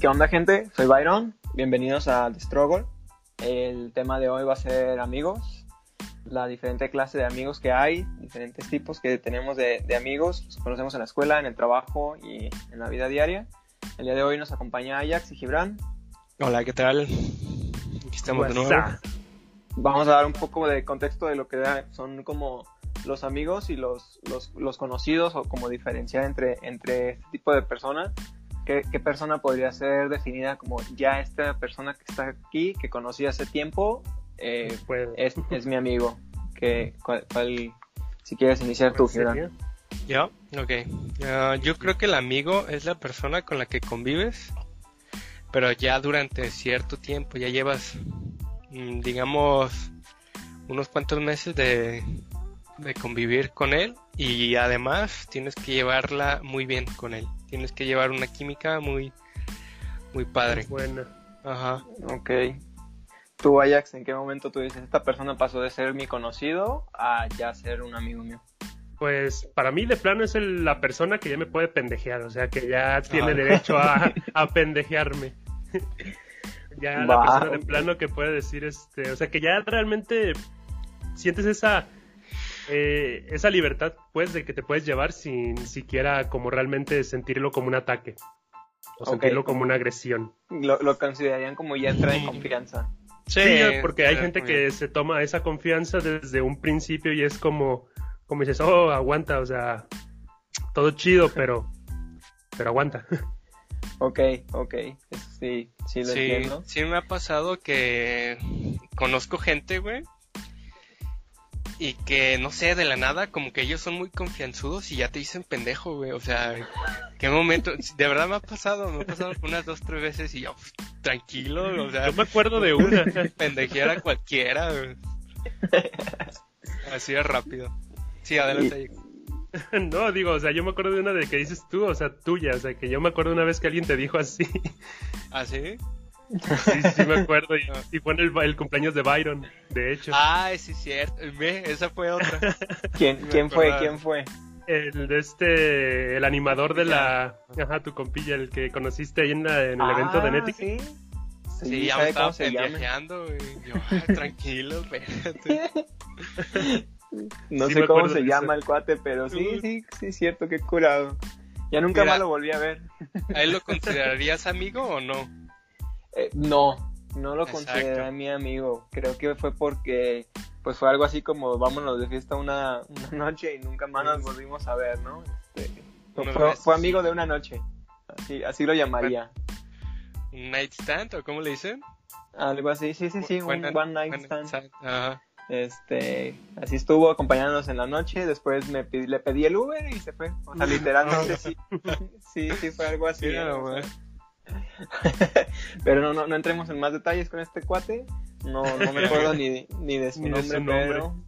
¿Qué onda, gente? Soy Byron. Bienvenidos a The Struggle. El tema de hoy va a ser amigos. La diferente clase de amigos que hay, diferentes tipos que tenemos de amigos. Los conocemos en la escuela, en el trabajo y en la vida diaria. El día de hoy nos acompaña Ajax y Gibran. Hola, ¿qué tal? Aquí estamos de nuevo. Vamos a dar un poco de contexto de lo que son como los amigos y los conocidos, o como diferenciar entre este tipo de personas. ¿Qué persona podría ser definida como ya esta persona que está aquí, que conocí hace tiempo, es mi amigo? Si quieres iniciar tú, Gibran. ¿Yo? Ok. Yo creo que el amigo es la persona con la que convives, pero ya durante cierto tiempo, ya llevas, digamos, unos cuantos meses de convivir con él, y además tienes que llevarla muy bien con él. Tienes que llevar una química muy padre. Buena. Ajá. Ok. Tú, Ajax, ¿en qué momento tú dices, esta persona pasó de ser mi conocido a ya ser un amigo mío? Pues para mí de plano es la persona que ya me puede pendejear, o sea, que ya tiene derecho a pendejearme. Ya la persona de plano que puede decir, o sea, que ya realmente sientes esa libertad, pues, de que te puedes llevar sin siquiera como realmente sentirlo como un ataque o sentirlo como una agresión. Lo considerarían como ya entra en confianza. Sí, porque hay gente que se toma esa confianza desde un principio y es como dices, aguanta, o sea, todo chido, pero aguanta. Ok, sí lo entiendo. Sí me ha pasado que conozco gente, güey, y que, no sé, de la nada, como que ellos son muy confianzudos y ya te dicen pendejo, güey. O sea, ¿qué momento? De verdad me ha pasado unas 2-3 veces y yo, tranquilo, o sea. Yo me acuerdo de una. Pendejear a cualquiera, güey. Así de rápido. Sí, adelante. No, digo, o sea, yo me acuerdo de una de que dices tú, o sea, tuya. O sea, que yo me acuerdo una vez que alguien te dijo así. ¿Ah, sí? Sí, me acuerdo. Y fue en el cumpleaños de Byron, de hecho. Ah, sí, es cierto. Esa fue otra. ¿Quién fue? El animador de tu compilla, el que conociste ahí en el evento de Netic. Sí, ya me estaba pendejeando, güey. Yo, tranquilo, espérate. No sé cómo se llama el cuate, pero sí, es cierto, qué curado. Ya nunca más lo volví a ver. ¿A él lo considerarías amigo o no? No lo consideré mi amigo. Creo que fue porque pues fue algo así como vámonos de fiesta una noche y nunca más nos volvimos a ver, ¿no? Fue amigo de una noche. Así lo llamaría. ¿Un night stand o cómo le dicen? Algo así, sí, un one night stand. Ajá. Así estuvo acompañándonos en la noche. Después le pedí el Uber y se fue. O sea, literalmente sí fue algo así. Pero no entremos en más detalles con este cuate. No me acuerdo ni de su nombre, pero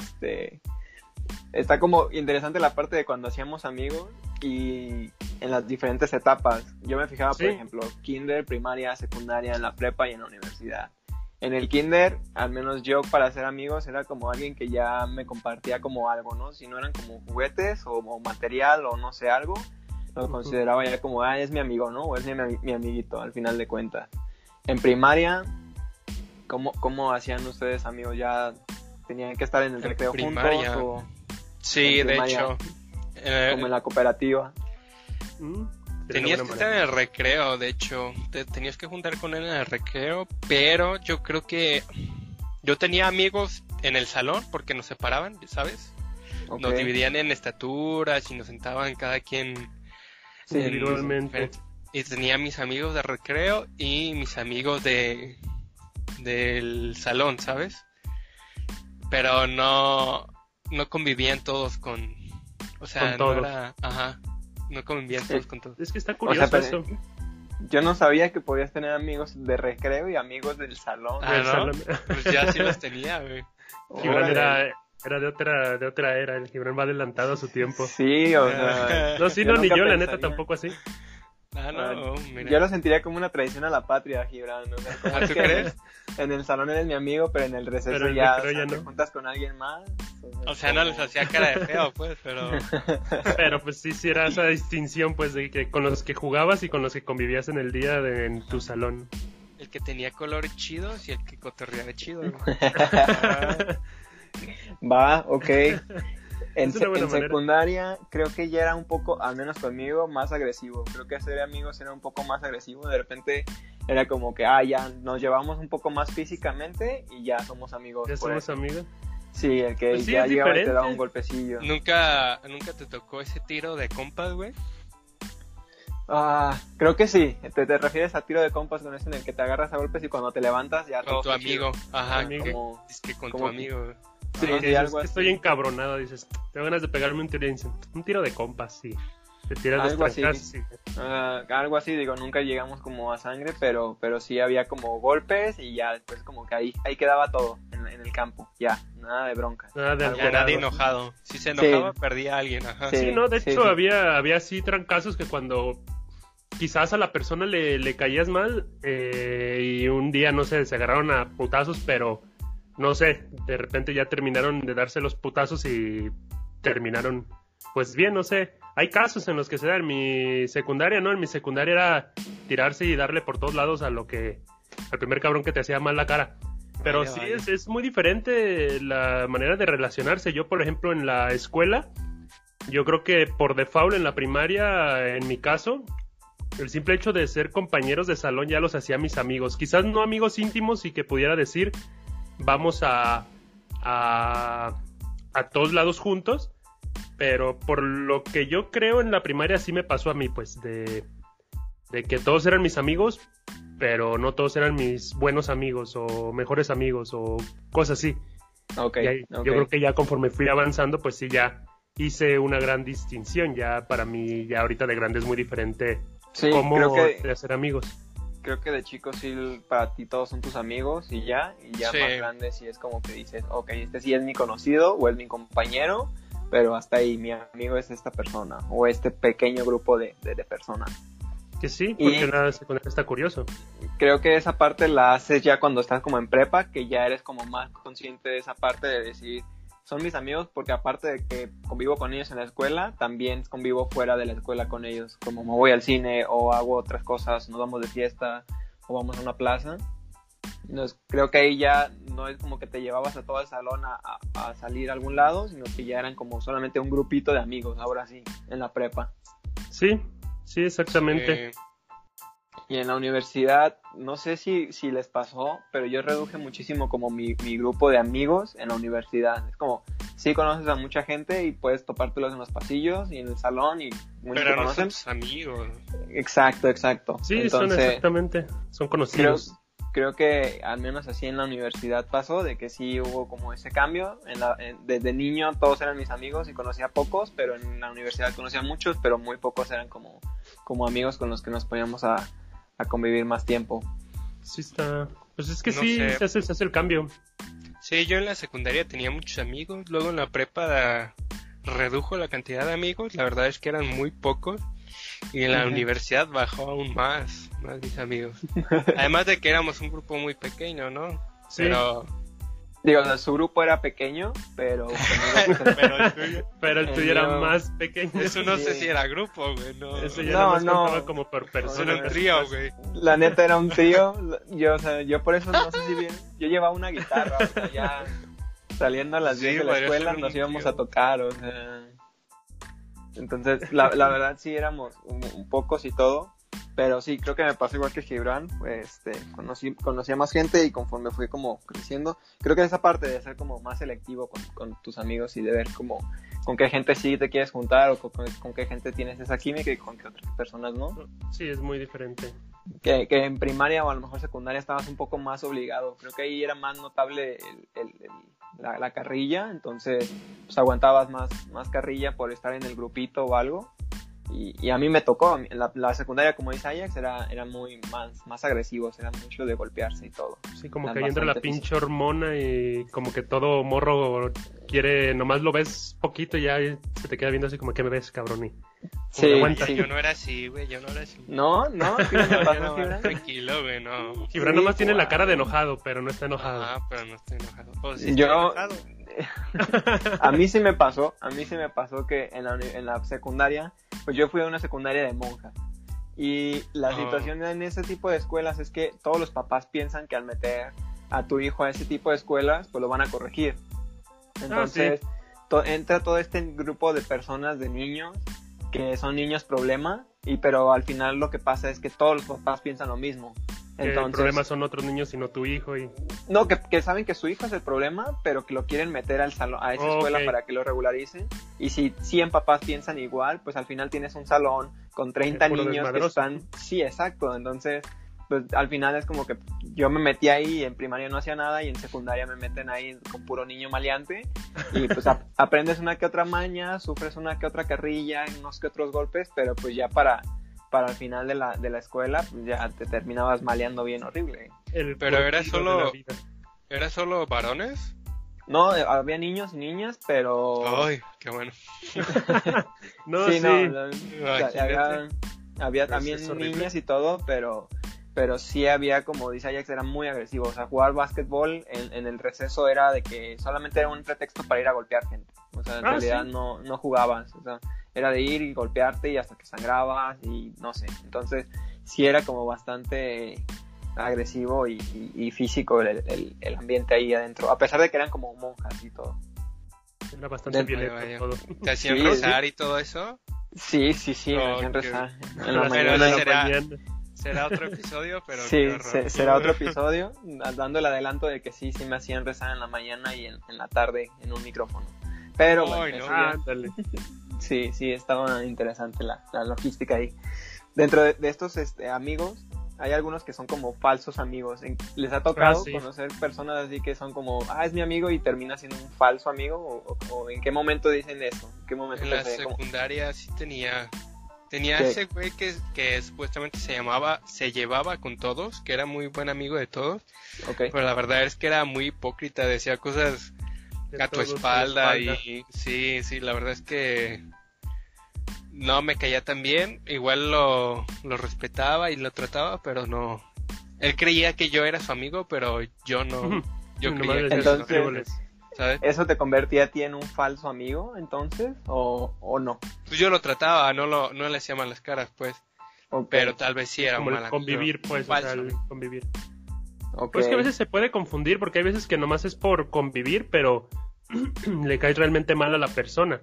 está como interesante la parte de cuando hacíamos amigos y en las diferentes etapas. Yo me fijaba, por ejemplo, kinder, primaria, secundaria, en la prepa y en la universidad. En el kinder, al menos yo, para hacer amigos, era como alguien que ya me compartía como algo, ¿no? Si no eran como juguetes o material o no sé, algo, lo consideraba ya como, es mi amigo, ¿no? O es mi amiguito, al final de cuentas. En primaria, ¿cómo hacían ustedes amigos? ¿Ya tenían que estar en el recreo juntos? ¿O sí, de hecho. Como en la cooperativa. Tenías que estar en el recreo, de hecho. Te tenías que juntar con él en el recreo, pero yo creo que yo tenía amigos en el salón porque nos separaban, ¿sabes? Okay. Nos dividían en estaturas y nos sentaban cada quien individualmente. Y tenía mis amigos de recreo y mis amigos del salón, ¿sabes? Pero no convivían todos con... O sea, con no era... Ajá. No convivían todos con todos. Es que está curioso eso. Yo no sabía que podías tener amigos de recreo y amigos del salón. ¿No? Salón. Pues ya sí los tenía, güey. Gibran era de otra era. El Gibran va adelantado a su tiempo. Sí, o sea... No, ni yo, la neta, tampoco así. No, mira. Yo lo sentiría como una traición a la patria, Gibran. O sea, como ¿Tú crees? En el salón eres mi amigo, pero en el receso Pero en el ya, recreo ya te no. juntas con alguien más. O sea, no les hacía cara de feo, pues, pero... Pero pues sí era esa distinción, pues, de que con los que jugabas y con los que convivías en el día en tu salón. El que tenía colores chidos y el que cotorreaba chido. Va, ok. En, Es una buena en manera. secundaria creo que ya era un poco, al menos conmigo, más agresivo. Creo que hacer amigos era un poco más agresivo. De repente era como que, ya nos llevamos un poco más físicamente y ya somos amigos. ¿Ya por somos eso. amigos? Sí, el que Pues sí, ya es llegaba y te diferente. daba un golpecillo. ¿Nunca te tocó ese tiro de compas, güey? Creo que sí. Te refieres a tiro de compas con ese en el que te agarras a golpes y cuando te levantas ya Con todo tu está chido. amigo. Ajá, Amigo. Como- es que con tu como- amigo, güey. Sí, Ajá, sí, dices, algo que así. estoy encabronado, dices, tengo ganas de pegarme un tiro y dicen, un tiro de compas, sí. Te tiras Algo los así. trancazos, sí. Algo así, digo, nunca llegamos como a sangre, pero sí había como golpes y ya después como que ahí quedaba todo en el campo, ya, nada de bronca. Nada de Algo Ya alterado. nadie enojado. Si se enojaba, Sí. perdía a alguien, ajá. Sí. Sí, no, de hecho sí. había así trancazos que cuando quizás a la persona le caías mal y un día, no sé, se agarraron a putazos, pero no sé, de repente ya terminaron de darse los putazos y terminaron pues bien, no sé. Hay casos en los que se da en mi secundaria, ¿no? En mi secundaria era tirarse y darle por todos lados al primer cabrón que te hacía mal la cara. Pero Vaya, sí, vaya. es muy diferente la manera de relacionarse. Yo, por ejemplo, en la escuela, yo creo que por default en la primaria, en mi caso, el simple hecho de ser compañeros de salón ya los hacía mis amigos. Quizás no amigos íntimos y que pudiera decir, vamos a todos lados juntos, pero por lo que yo creo en la primaria sí me pasó a mí, pues, de que todos eran mis amigos, pero no todos eran mis buenos amigos o mejores amigos o cosas así. Ok, Y ahí, ok. yo creo que ya conforme fui avanzando, pues sí, ya hice una gran distinción. Ya para mí, ya ahorita de grande es muy diferente Sí, cómo creo que hacer amigos. de chico sí para ti todos son tus amigos y ya Sí. más grande sí es como que dices, ok, este sí es mi conocido o es mi compañero, pero hasta ahí mi amigo es esta persona o este pequeño grupo de personas. Que sí, porque Y- la secundaria está curioso. Creo que esa parte la haces ya cuando estás como en prepa, que ya eres como más consciente de esa parte de decir, son mis amigos porque aparte de que convivo con ellos en la escuela, también convivo fuera de la escuela con ellos, como me voy al cine o hago otras cosas, nos vamos de fiesta o vamos a una plaza. Entonces, creo que ahí ya no es como que te llevabas a todo el salón a salir a algún lado, sino que ya eran como solamente un grupito de amigos, ahora sí, en la prepa. Sí, sí, exactamente. Y en la universidad, no sé si les pasó, pero yo reduje muchísimo como mi grupo de amigos en la universidad. Es como, sí conoces a mucha gente y puedes topártelos en los pasillos y en el salón y muchos te Pero no conocen. son tus amigos. Exacto. Sí, son Entonces, exactamente, son conocidos. creo que al menos así en la universidad pasó, de que sí hubo como ese cambio. Desde niño todos eran mis amigos y conocía pocos, pero en la universidad conocía muchos, pero muy pocos eran como amigos con los que nos poníamos a convivir más tiempo. Sí está, pues es que No sí, sé. se hace el cambio. Sí, yo en la secundaria tenía muchos amigos, luego en la prepa redujo la cantidad de amigos, la verdad es que eran muy pocos, y en la Ujú. universidad bajó aún más mis amigos. Además de que éramos un grupo muy pequeño, ¿no? Sí. Pero, Digo, o sea, su grupo era pequeño, pero conmigo, pues, pero el tuyo, Pero el El tuyo era mío- más pequeño. eso no sé Sí. si era grupo, güey, no. Eso ya No, nada más no. contaba como por Eso persona. era un trío, güey. la neta era un trío. Yo por eso no sé si bien. Yo llevaba una guitarra, o sea, ya saliendo a las Sí, 10 de la podría escuela ser un nos íbamos trío. a tocar, o sea. Entonces, la verdad sí éramos un pocos y todo. Pero sí, creo que me pasó igual que Gibran. Pues, conocí a más gente y conforme fui como creciendo, creo que esa parte de ser como más selectivo con tus amigos y de ver como con qué gente sí te quieres juntar o con qué gente tienes esa química y con qué otras personas no. Sí, es muy diferente. Que en primaria o a lo mejor secundaria estabas un poco más obligado. Creo que ahí era más notable la carrilla, entonces pues aguantabas más carrilla por estar en el grupito o algo. Y a mí me tocó, la secundaria, como dice Ajax, era muy más agresivos, era mucho de golpearse y todo. Sí, como Era que ahí entra la bastante pinche hormona y como que todo morro quiere, nomás lo ves poquito y ya se te queda viendo así como que me ves, cabrón. Y Sí, sí. Yo no era así, güey, yo no era así. No, sí me pasó, ¿verdad? Tranquilo, güey, no. Gibran nomás tiene la cara de enojado, pero no está enojado. Ah, pero no estoy enojado. O sí Yo... enojado. A mí sí me pasó que en la secundaria, pues yo fui a una secundaria de monjas. Y la situación en ese tipo de escuelas es que todos los papás piensan que al meter a tu hijo a ese tipo de escuelas, pues lo van a corregir. Entonces, entra todo este grupo de personas, de niños, que son niños problema, pero al final lo que pasa es que todos los papás piensan lo mismo. Entonces, el problema son otros niños y no tu hijo. No, que saben que su hijo es el problema, pero que lo quieren meter al salón, a esa escuela para que lo regularicen. Y si 100 papás piensan igual, pues al final tienes un salón con 30 niños que están... Sí, exacto. Entonces, pues al final es como que yo me metí ahí y en primaria no hacía nada y en secundaria me meten ahí con puro niño maleante. Y pues aprendes una que otra maña, sufres una que otra carrilla, unos que otros golpes, pero pues ya para el final de la escuela, pues ya te terminabas maleando bien horrible. Pero ¿era solo varones? No, había niños y niñas, pero... ¡Ay, qué bueno! Había también niñas y todo, pero sí había, como dice Ajax, era muy agresivo. O sea, jugar básquetbol en el receso era de que solamente era un pretexto para ir a golpear gente. O sea, en realidad no jugabas, o sea... Era de ir y golpearte y hasta que sangrabas y no sé. Entonces sí era como bastante agresivo y físico el ambiente ahí adentro. A pesar de que eran como monjas y todo. Era bastante violento todo. ¿Te hacían rezar y todo eso? Sí, me hacían rezar. En la mañana. Será otro episodio, pero... Sí, será otro episodio. Dando el adelanto de que sí me hacían rezar en la mañana y en la tarde en un micrófono. Pero bueno, ándale. Sí, estaba interesante la logística ahí. Dentro de estos amigos, hay algunos que son como falsos amigos. ¿Les ha tocado conocer personas así que son como, es mi amigo y termina siendo un falso amigo? ¿O en qué momento dicen eso? ¿En qué momento en la secundaria sí tenía ese güey que supuestamente se llevaba con todos, que era muy buen amigo de todos. Okay. Pero la verdad es que era muy hipócrita, decía cosas a tu espalda y sí, la verdad es que no me caía tan bien. Igual lo respetaba y lo trataba, pero no. Él creía que yo era su amigo, pero yo no. Yo creía que entonces, ¿sabes? ¿Eso te convertía a ti en un falso amigo entonces o no? Pues yo lo trataba, no le hacía malas caras, pues. Okay. Pero tal vez sí era como mala el convivir, pues, o sea, el convivir. Okay. Pues que a veces se puede confundir, porque hay veces que nomás es por convivir, pero le caes realmente mal a la persona.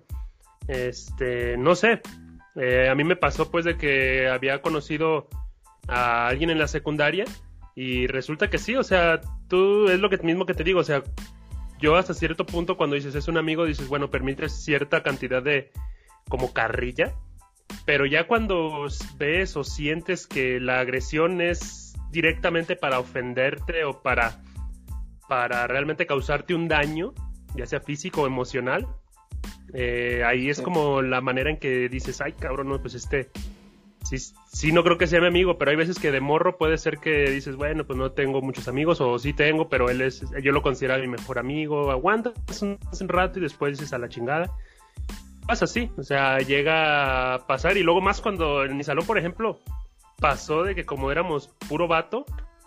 No sé. A mí me pasó pues de que había conocido a alguien en la secundaria y resulta que sí, o sea, tú es lo mismo que te digo, o sea, yo hasta cierto punto cuando dices es un amigo dices, bueno, permites cierta cantidad de como carrilla, pero ya cuando ves o sientes que la agresión es directamente para ofenderte o para realmente causarte un daño, ya sea físico o emocional, ahí es como la manera en que dices, ay cabrón, no, pues sí, no creo que sea mi amigo, pero hay veces que de morro puede ser que dices, bueno, pues no tengo muchos amigos, o sí tengo, pero yo lo considero mi mejor amigo, aguantas un rato y después dices a la chingada. Pasa así, o sea, llega a pasar, y luego más cuando en mi salón, por ejemplo, pasó de que como éramos puro vato,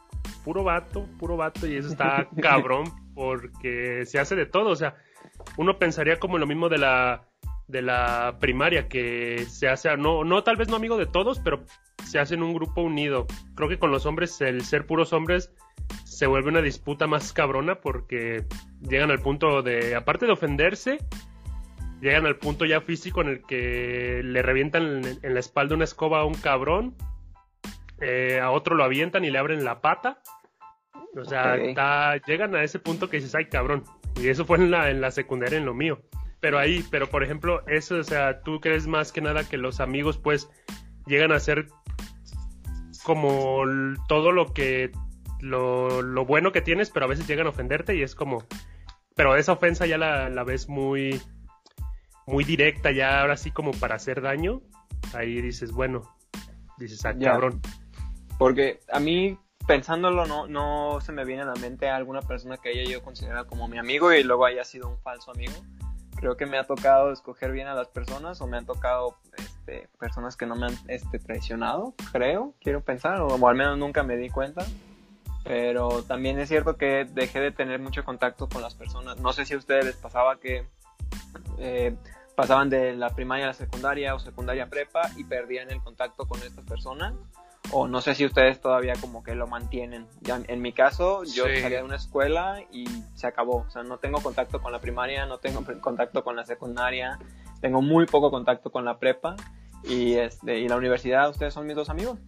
y eso está cabrón, porque se hace de todo, o sea, uno pensaría como lo mismo de la primaria, que se hace, no tal vez no amigo de todos, pero se hace en un grupo unido. Creo que con los hombres, el ser puros hombres, se vuelve una disputa más cabrona, porque llegan al punto de, aparte de ofenderse, llegan al punto ya físico en el que le revientan en la espalda una escoba a un cabrón, a otro lo avientan y le abren la pata. O sea, llegan a ese punto que dices, ay cabrón. Y eso fue en la secundaria, en lo mío. Pero por ejemplo, eso, o sea, tú crees más que nada que los amigos pues llegan a ser como todo lo bueno que tienes, pero a veces llegan a ofenderte y es como, pero esa ofensa ya la ves muy muy directa, ya ahora sí como para hacer daño. Ahí dices, cabrón. Porque a mí, pensándolo, no se me viene a la mente alguna persona que haya yo considerado como mi amigo y luego haya sido un falso amigo. creo que me ha tocado escoger bien a las personas, o me han tocado personas que no me han traicionado, quiero pensar, o al menos nunca me di cuenta. Pero también es cierto que dejé de tener mucho contacto con las personas. No sé si a ustedes les pasaba que pasaban de la primaria a la secundaria o secundaria a prepa y perdían el contacto con estas personas, o no sé si ustedes todavía como que lo mantienen. Ya, en mi caso, yo salí de una escuela y se acabó. O sea, no tengo contacto con la primaria, no tengo contacto con la secundaria, tengo muy poco contacto con la prepa. Y la universidad, ustedes son mis dos amigos.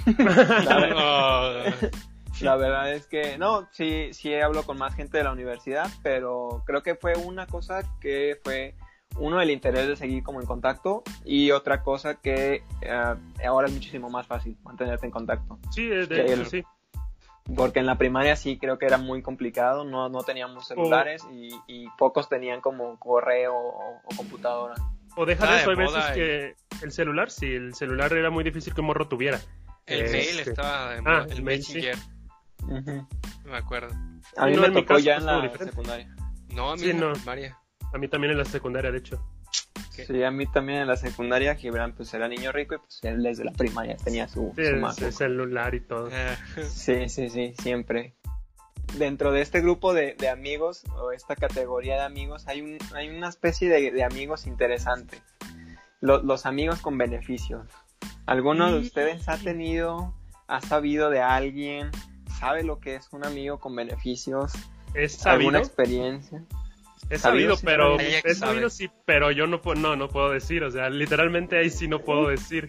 La verdad es que no, sí hablo con más gente de la universidad, pero creo que fue una cosa que fue uno, el interés de seguir como en contacto, y otra cosa que ahora es muchísimo más fácil mantenerte en contacto. Sí, de hecho, sí. Porque en la primaria sí creo que era muy complicado, no teníamos celulares y pocos tenían como correo o computadora. O deja de eso, hay veces que el celular era muy difícil que un morro tuviera. El mail estaba de moda, el Messenger. Sí. Uh-huh. No me acuerdo. A mí me tocó ya en la secundaria. No, a mí en la primaria. A mí también en la secundaria, de hecho. ¿Qué? Sí, a mí también en la secundaria. Gibran pues era niño rico y pues él desde la primaria tenía su celular y todo. Sí, siempre. Dentro de este grupo de amigos, o esta categoría de amigos, hay una especie de amigos interesantes. Los amigos con beneficios. ¿Alguno de ustedes ha sabido de alguien, sabe lo que es un amigo con beneficios? ¿Alguna experiencia? He sabido, sí, pero yo no puedo decir, o sea, literalmente ahí sí no puedo decir.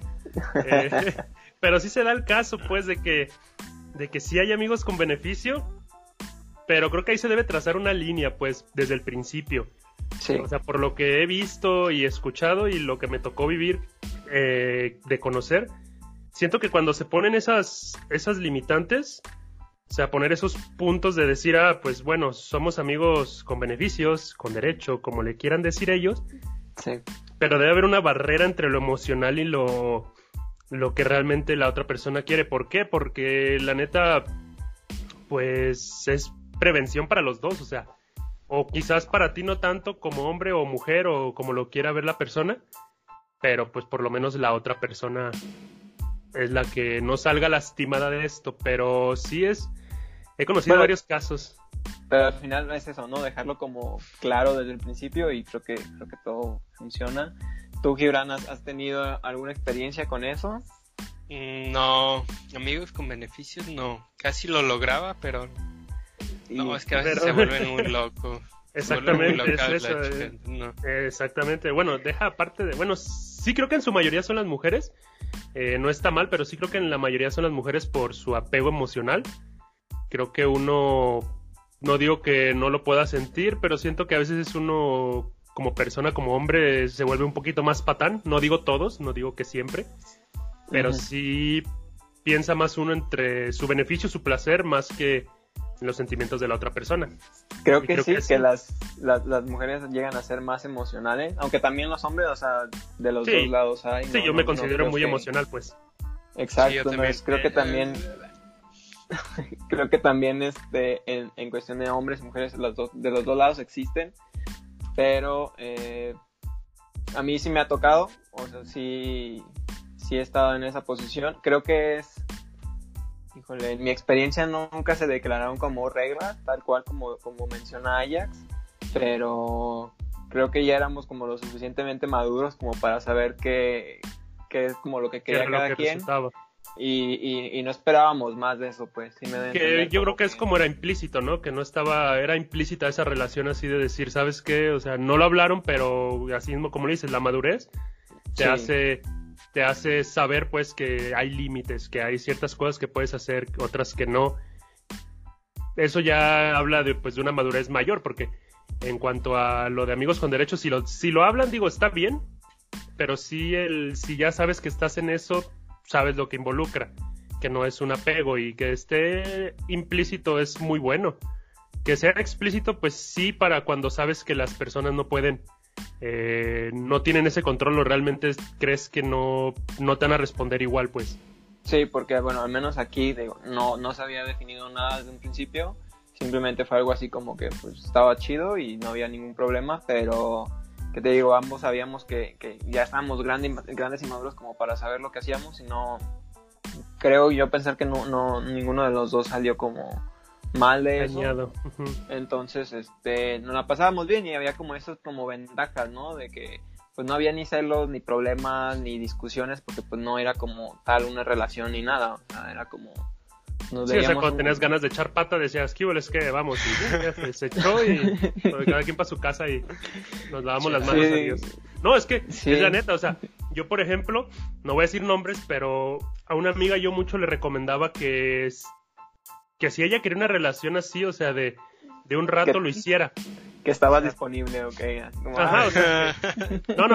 Pero sí se da el caso, pues, de que sí hay amigos con beneficio, pero creo que ahí se debe trazar una línea, pues, desde el principio. Sí. O sea, por lo que he visto y escuchado y lo que me tocó vivir, de conocer, siento que cuando se ponen esas limitantes, o sea, poner esos puntos de decir, pues bueno, somos amigos con beneficios, con derecho, como le quieran decir ellos, sí. Pero debe haber una barrera entre lo emocional y lo que realmente la otra persona quiere. ¿Por qué? Porque la neta, pues es prevención para los dos, o sea, o quizás para ti no tanto como hombre o mujer o como lo quiera ver la persona, pero pues por lo menos la otra persona es la que no salga lastimada de esto. Pero sí he conocido varios casos. Pero al final no es eso, ¿no? Dejarlo como claro desde el principio, y creo que todo funciona. ¿Tú, Gibran, has tenido alguna experiencia con eso? No, amigos con beneficios no. Casi lo lograba, pero no, es que a veces se vuelven muy locos. Exactamente, es eso. No. Exactamente. Bueno, deja aparte de... Bueno, sí creo que en su mayoría son las mujeres. No está mal, pero sí creo que en la mayoría son las mujeres por su apego emocional. Creo que uno... No digo que no lo pueda sentir, pero siento que a veces es uno... Como persona, como hombre, se vuelve un poquito más patán. No digo todos, no digo que siempre. Pero sí piensa más uno entre su beneficio, su placer, más que los sentimientos de la otra persona. Creo que las mujeres llegan a ser más emocionales, aunque también los hombres, o sea, de los dos lados hay. Sí, yo me considero muy emocional, pues. Exacto, sí, creo que también creo que también en cuestión de hombres y mujeres, de los dos lados existen, pero a mí sí me ha tocado, o sea, sí he estado en esa posición. Creo que en mi experiencia nunca se declararon como reglas, tal cual como menciona Ajax, pero creo que ya éramos como lo suficientemente maduros como para saber qué es como lo que quería cada quien. Y no esperábamos más de eso, pues. Sí yo creo que es como era implícito, ¿no? Que no era implícita esa relación así de decir, ¿sabes qué? O sea, no lo hablaron, pero así mismo, como le dices, la madurez te hace saber, pues, que hay límites, que hay ciertas cosas que puedes hacer, otras que no. Eso ya habla de una madurez mayor, porque en cuanto a lo de amigos con derechos, si lo hablan, digo, está bien, pero si ya sabes que estás en eso, sabes lo que involucra, que no es un apego, y que esté implícito es muy bueno. Que sea explícito, pues sí, para cuando sabes que las personas no pueden, no tienen ese control, o realmente crees que no te van a responder igual, pues. Sí, porque bueno, al menos aquí no se había definido nada desde un principio, simplemente fue algo así como que pues estaba chido y no había ningún problema, pero que te digo, ambos sabíamos que ya estábamos grandes y maduros como para saber lo que hacíamos, y no, creo yo pensar que no ninguno de los dos salió como mal de eso. Dañado. Entonces, nos la pasábamos bien y había como esas como ventajas, ¿no? De que pues no había ni celos, ni problemas, ni discusiones, porque pues no era como tal una relación ni nada, o sea, era como... Sí, o sea, cuando tenías ganas de echar pata decías, ¿qué es que vamos? Y ya se echó y cada quien para su casa y nos lavamos las manos, adiós. No, es que es la neta, o sea, yo por ejemplo, no voy a decir nombres, pero a una amiga yo mucho le recomendaba que si ella quería una relación así, o sea, de un rato lo hiciera. Que estaba disponible, ok. Como, ajá, o sea, no.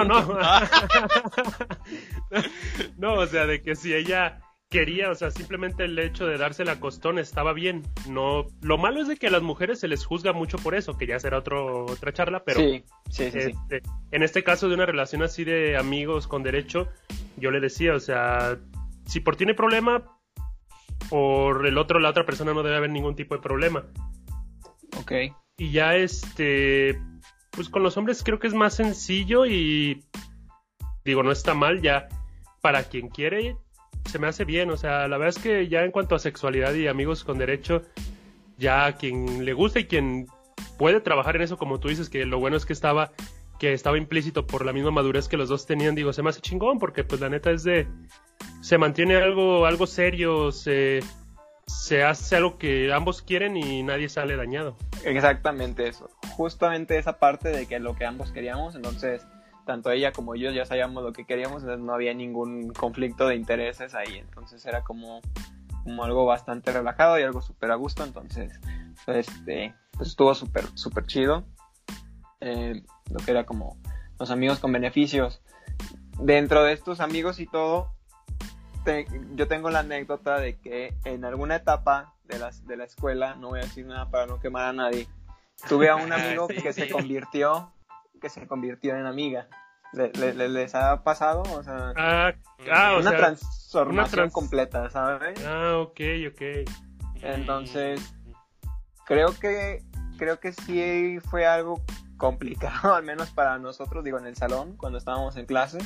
No, o sea, de que si ella quería, o sea, simplemente el hecho de darse la costón estaba bien. No, lo malo es de que a las mujeres se les juzga mucho por eso, que ya será otra charla, pero sí. En este caso de una relación así de amigos con derecho, yo le decía, o sea, si por ti no hay problema, por la otra persona no debe haber ningún tipo de problema. Ok. Y ya pues con los hombres creo que es más sencillo y digo, no está mal, ya para quien quiere se me hace bien, o sea, la verdad es que ya en cuanto a sexualidad y amigos con derecho, ya a quien le gusta y quien puede trabajar en eso, como tú dices, que lo bueno es que estaba implícito por la misma madurez que los dos tenían, digo, se me hace chingón, porque pues la neta se mantiene algo serio, se hace algo que ambos quieren y nadie sale dañado. Exactamente eso, justamente esa parte de que lo que ambos queríamos, entonces tanto ella como yo ya sabíamos lo que queríamos, entonces no había ningún conflicto de intereses ahí, entonces era como algo bastante relajado y algo súper a gusto, entonces pues estuvo súper chido, lo que era como los amigos con beneficios. Dentro de estos amigos y todo, yo tengo la anécdota de que en alguna etapa de la escuela, no voy a decir nada para no quemar a nadie, tuve a un amigo que se convirtió en amiga. ¿Les ha pasado? O sea, una transformación completa, ¿sabes? Ok. Entonces, creo que sí fue algo complicado, al menos para nosotros, digo, en el salón, cuando estábamos en clase,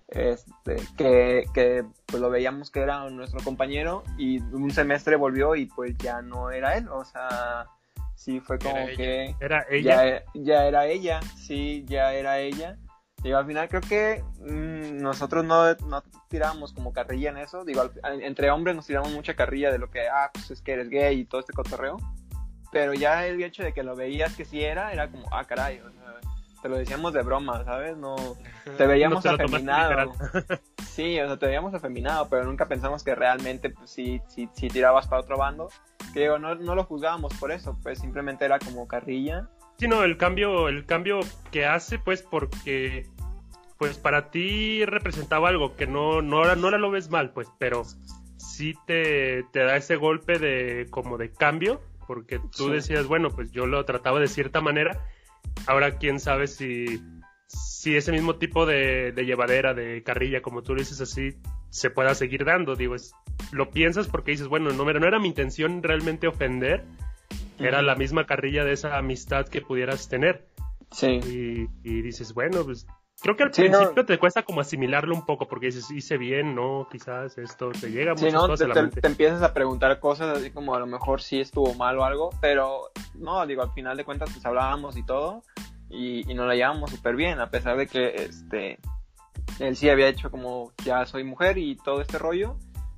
que pues lo veíamos que era nuestro compañero y un semestre volvió y pues ya no era él, o sea, sí fue como que ¿Era ella? Ya era ella, sí, ya era ella. Digo, al final creo que nosotros no tirábamos como carrilla en eso, digo, entre hombres nos tiramos mucha carrilla de lo que, pues es que eres gay y todo este cotorreo, pero ya el hecho de que lo veías que sí era como, caray, o sea, te lo decíamos de broma, ¿sabes? No, te veíamos afeminado. Sí, o sea, te veíamos afeminado, pero nunca pensamos que realmente pues, sí tirabas para otro bando. Que digo, no lo juzgábamos por eso, pues simplemente era como carrilla. Sí, no, el cambio que hace, pues, porque pues para ti representaba algo que no lo ves mal, pues, pero sí te da ese golpe de cambio, porque tú decías, bueno, pues yo lo trataba de cierta manera. Ahora quién sabe si ese mismo tipo de llevadera, de carrilla, como tú dices así, se pueda seguir dando. Digo, lo piensas porque dices, bueno, no era mi intención realmente ofender, era la misma carrilla de esa amistad que pudieras tener. Sí. Y dices, bueno, pues creo que al principio te cuesta como asimilarlo un poco, porque dices, hice bien, no, quizás esto te llega muchas cosas a la mente. Te empiezas a preguntar cosas así como a lo mejor sí estuvo mal o algo, pero no, digo, al final de cuentas pues hablábamos y todo, y nos la llevábamos súper bien, a pesar de que él sí había hecho como ya soy mujer y todo este rollo,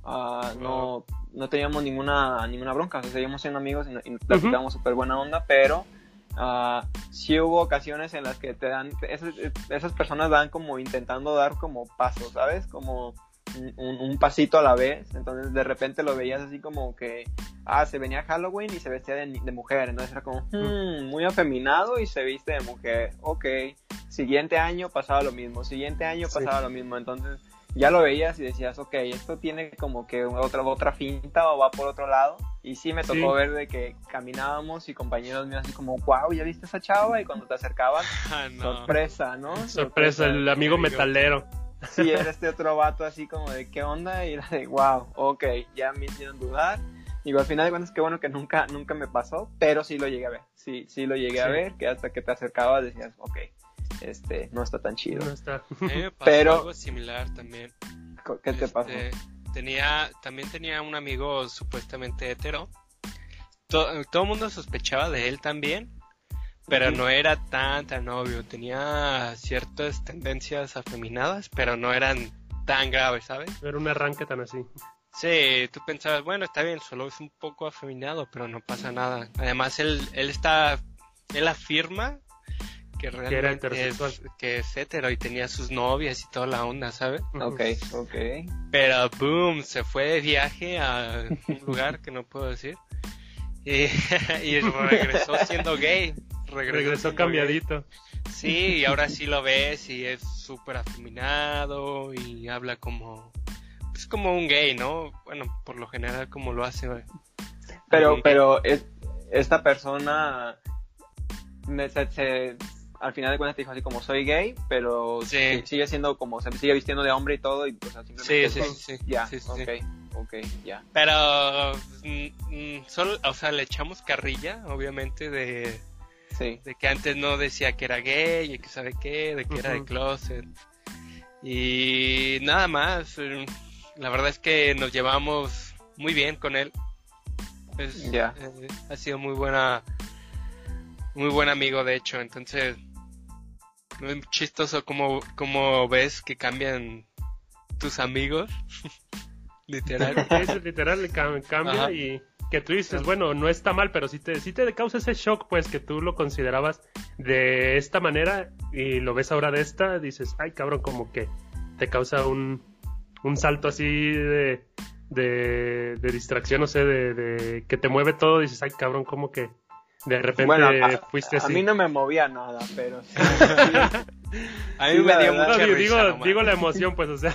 no teníamos ninguna bronca, o sea, seguíamos siendo amigos y platicábamos súper buena onda, pero sí hubo ocasiones en las que te dan, esas personas van como intentando dar como pasos, ¿sabes? Como un pasito a la vez, entonces de repente lo veías así como que se venía Halloween y se vestía de mujer, entonces era como muy afeminado y se viste de mujer, ok, siguiente año pasaba lo mismo, entonces ya lo veías y decías, ok, esto tiene como que otra finta o va por otro lado. Y sí me tocó ver de que caminábamos y compañeros míos así como, wow, ¿ya viste esa chava? Y cuando te acercabas, sorpresa, ¿no? Sorpresa, el amigo metalero. Sí, era otro vato así como de, ¿qué onda? Y era de, wow, ok, ya me hicieron dudar. Y al final de cuentas, qué bueno que nunca me pasó, pero sí lo llegué a ver. Sí lo llegué a ver, que hasta que te acercabas decías, ok, no está tan chido. No está. A mí me pasó Pero- algo similar también. ¿Qué te pasó? También tenía un amigo supuestamente hetero. Todo el mundo sospechaba de él también, pero Ujú. no era tan obvio. Tenía ciertas tendencias afeminadas, pero no eran tan graves, ¿sabes? Era un arranque tan así. Sí, tú pensabas, bueno, está bien, solo es un poco afeminado, pero no pasa nada. Además, él afirma que era realmente heterosexual. que es hetero y tenía sus novias y toda la onda, ¿sabes? Ok. Pero boom, se fue de viaje a un lugar que no puedo decir y, y regresó siendo gay. Regresó siendo cambiadito. gay. Sí, y ahora sí lo ves y es súper afeminado y habla como un gay, ¿no? Bueno, por lo general como lo hace. Pero esta persona al final de cuentas te dijo así como soy gay, pero Sí. sigue siendo como se sigue vistiendo de hombre y todo y pues simplemente Sí. ya, Sí. ok, ya. Pero solo, o sea, le echamos carrilla, obviamente, de que antes no decía que era gay y que sabe qué, de que era de closet. Y nada más, la verdad es que nos llevamos muy bien con él. Ha sido muy buen amigo, de hecho. Entonces, es chistoso como ves que cambian tus amigos. Literal. Es literal, cambia. Ajá. Y que tú dices, bueno, no está mal, pero sí te causa ese shock, pues, que tú lo considerabas de esta manera y lo ves ahora de esta, dices, ay, cabrón, como que te causa un salto así de distracción, no sé, de que te mueve todo, dices, ay, cabrón, como que de repente fuiste así. A mí no me movía nada, pero sí. A mí me dio mucha No, risa. digo la emoción, pues, o sea...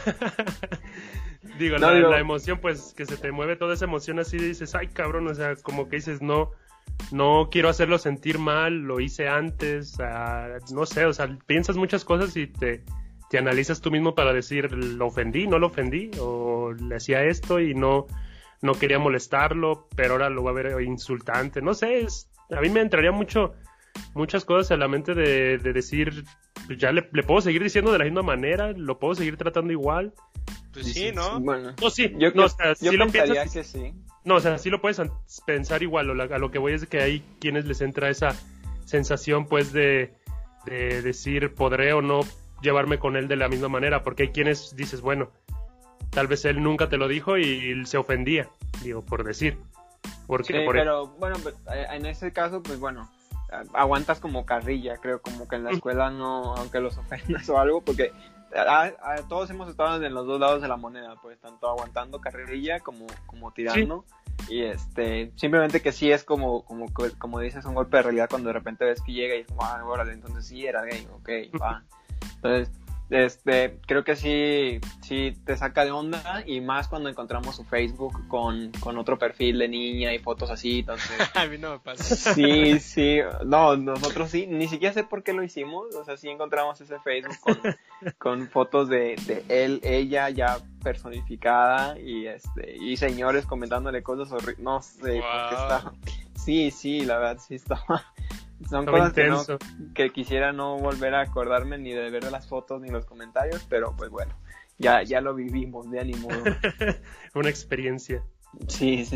Digo, la emoción, pues, que se te mueve toda esa emoción así, dices, ay, cabrón, o sea, como que dices, no quiero hacerlo sentir mal, lo hice antes, no sé, o sea, piensas muchas cosas y te analizas tú mismo para decir, ¿lo ofendí, no lo ofendí? O le hacía esto y no quería molestarlo, pero ahora lo va a ver insultante, no sé, a mí me entraría muchas cosas a la mente de decir, pues ya le puedo seguir diciendo de la misma manera, lo puedo seguir tratando igual. Pues sí, ¿no? Bueno, No, sí, yo o sea, sí lo pensaría piensas. que sí. No, o sea, sí lo puedes pensar igual. A lo que voy es que hay quienes les entra esa sensación, pues, de decir, podré o no llevarme con él de la misma manera. Porque hay quienes dices, bueno, tal vez él nunca te lo dijo y se ofendía, digo, por decir. Porque, Sí, pero bueno, en ese caso, pues bueno, aguantas como carrilla, creo, como que en la escuela no, aunque los ofendas o algo, porque todos hemos estado en los dos lados de la moneda, pues tanto aguantando carrilla como tirando. Sí. Y simplemente que sí es como dices, un golpe de realidad cuando de repente ves que llega y es como, órale, entonces sí era gay, ok, va. Entonces, creo que sí te saca de onda, y más cuando encontramos su Facebook con otro perfil de niña y fotos así, entonces... A mí no me pasa. Sí, no, nosotros sí, ni siquiera sé por qué lo hicimos, o sea, sí encontramos ese Facebook con fotos de él, ella ya personificada y señores comentándole cosas horribles, no sé, porque estaba... Sí, la verdad sí estaba... Son cosas que quisiera no volver a acordarme ni de ver las fotos ni los comentarios, pero pues bueno, ya lo vivimos, de ánimo. Una experiencia. Sí.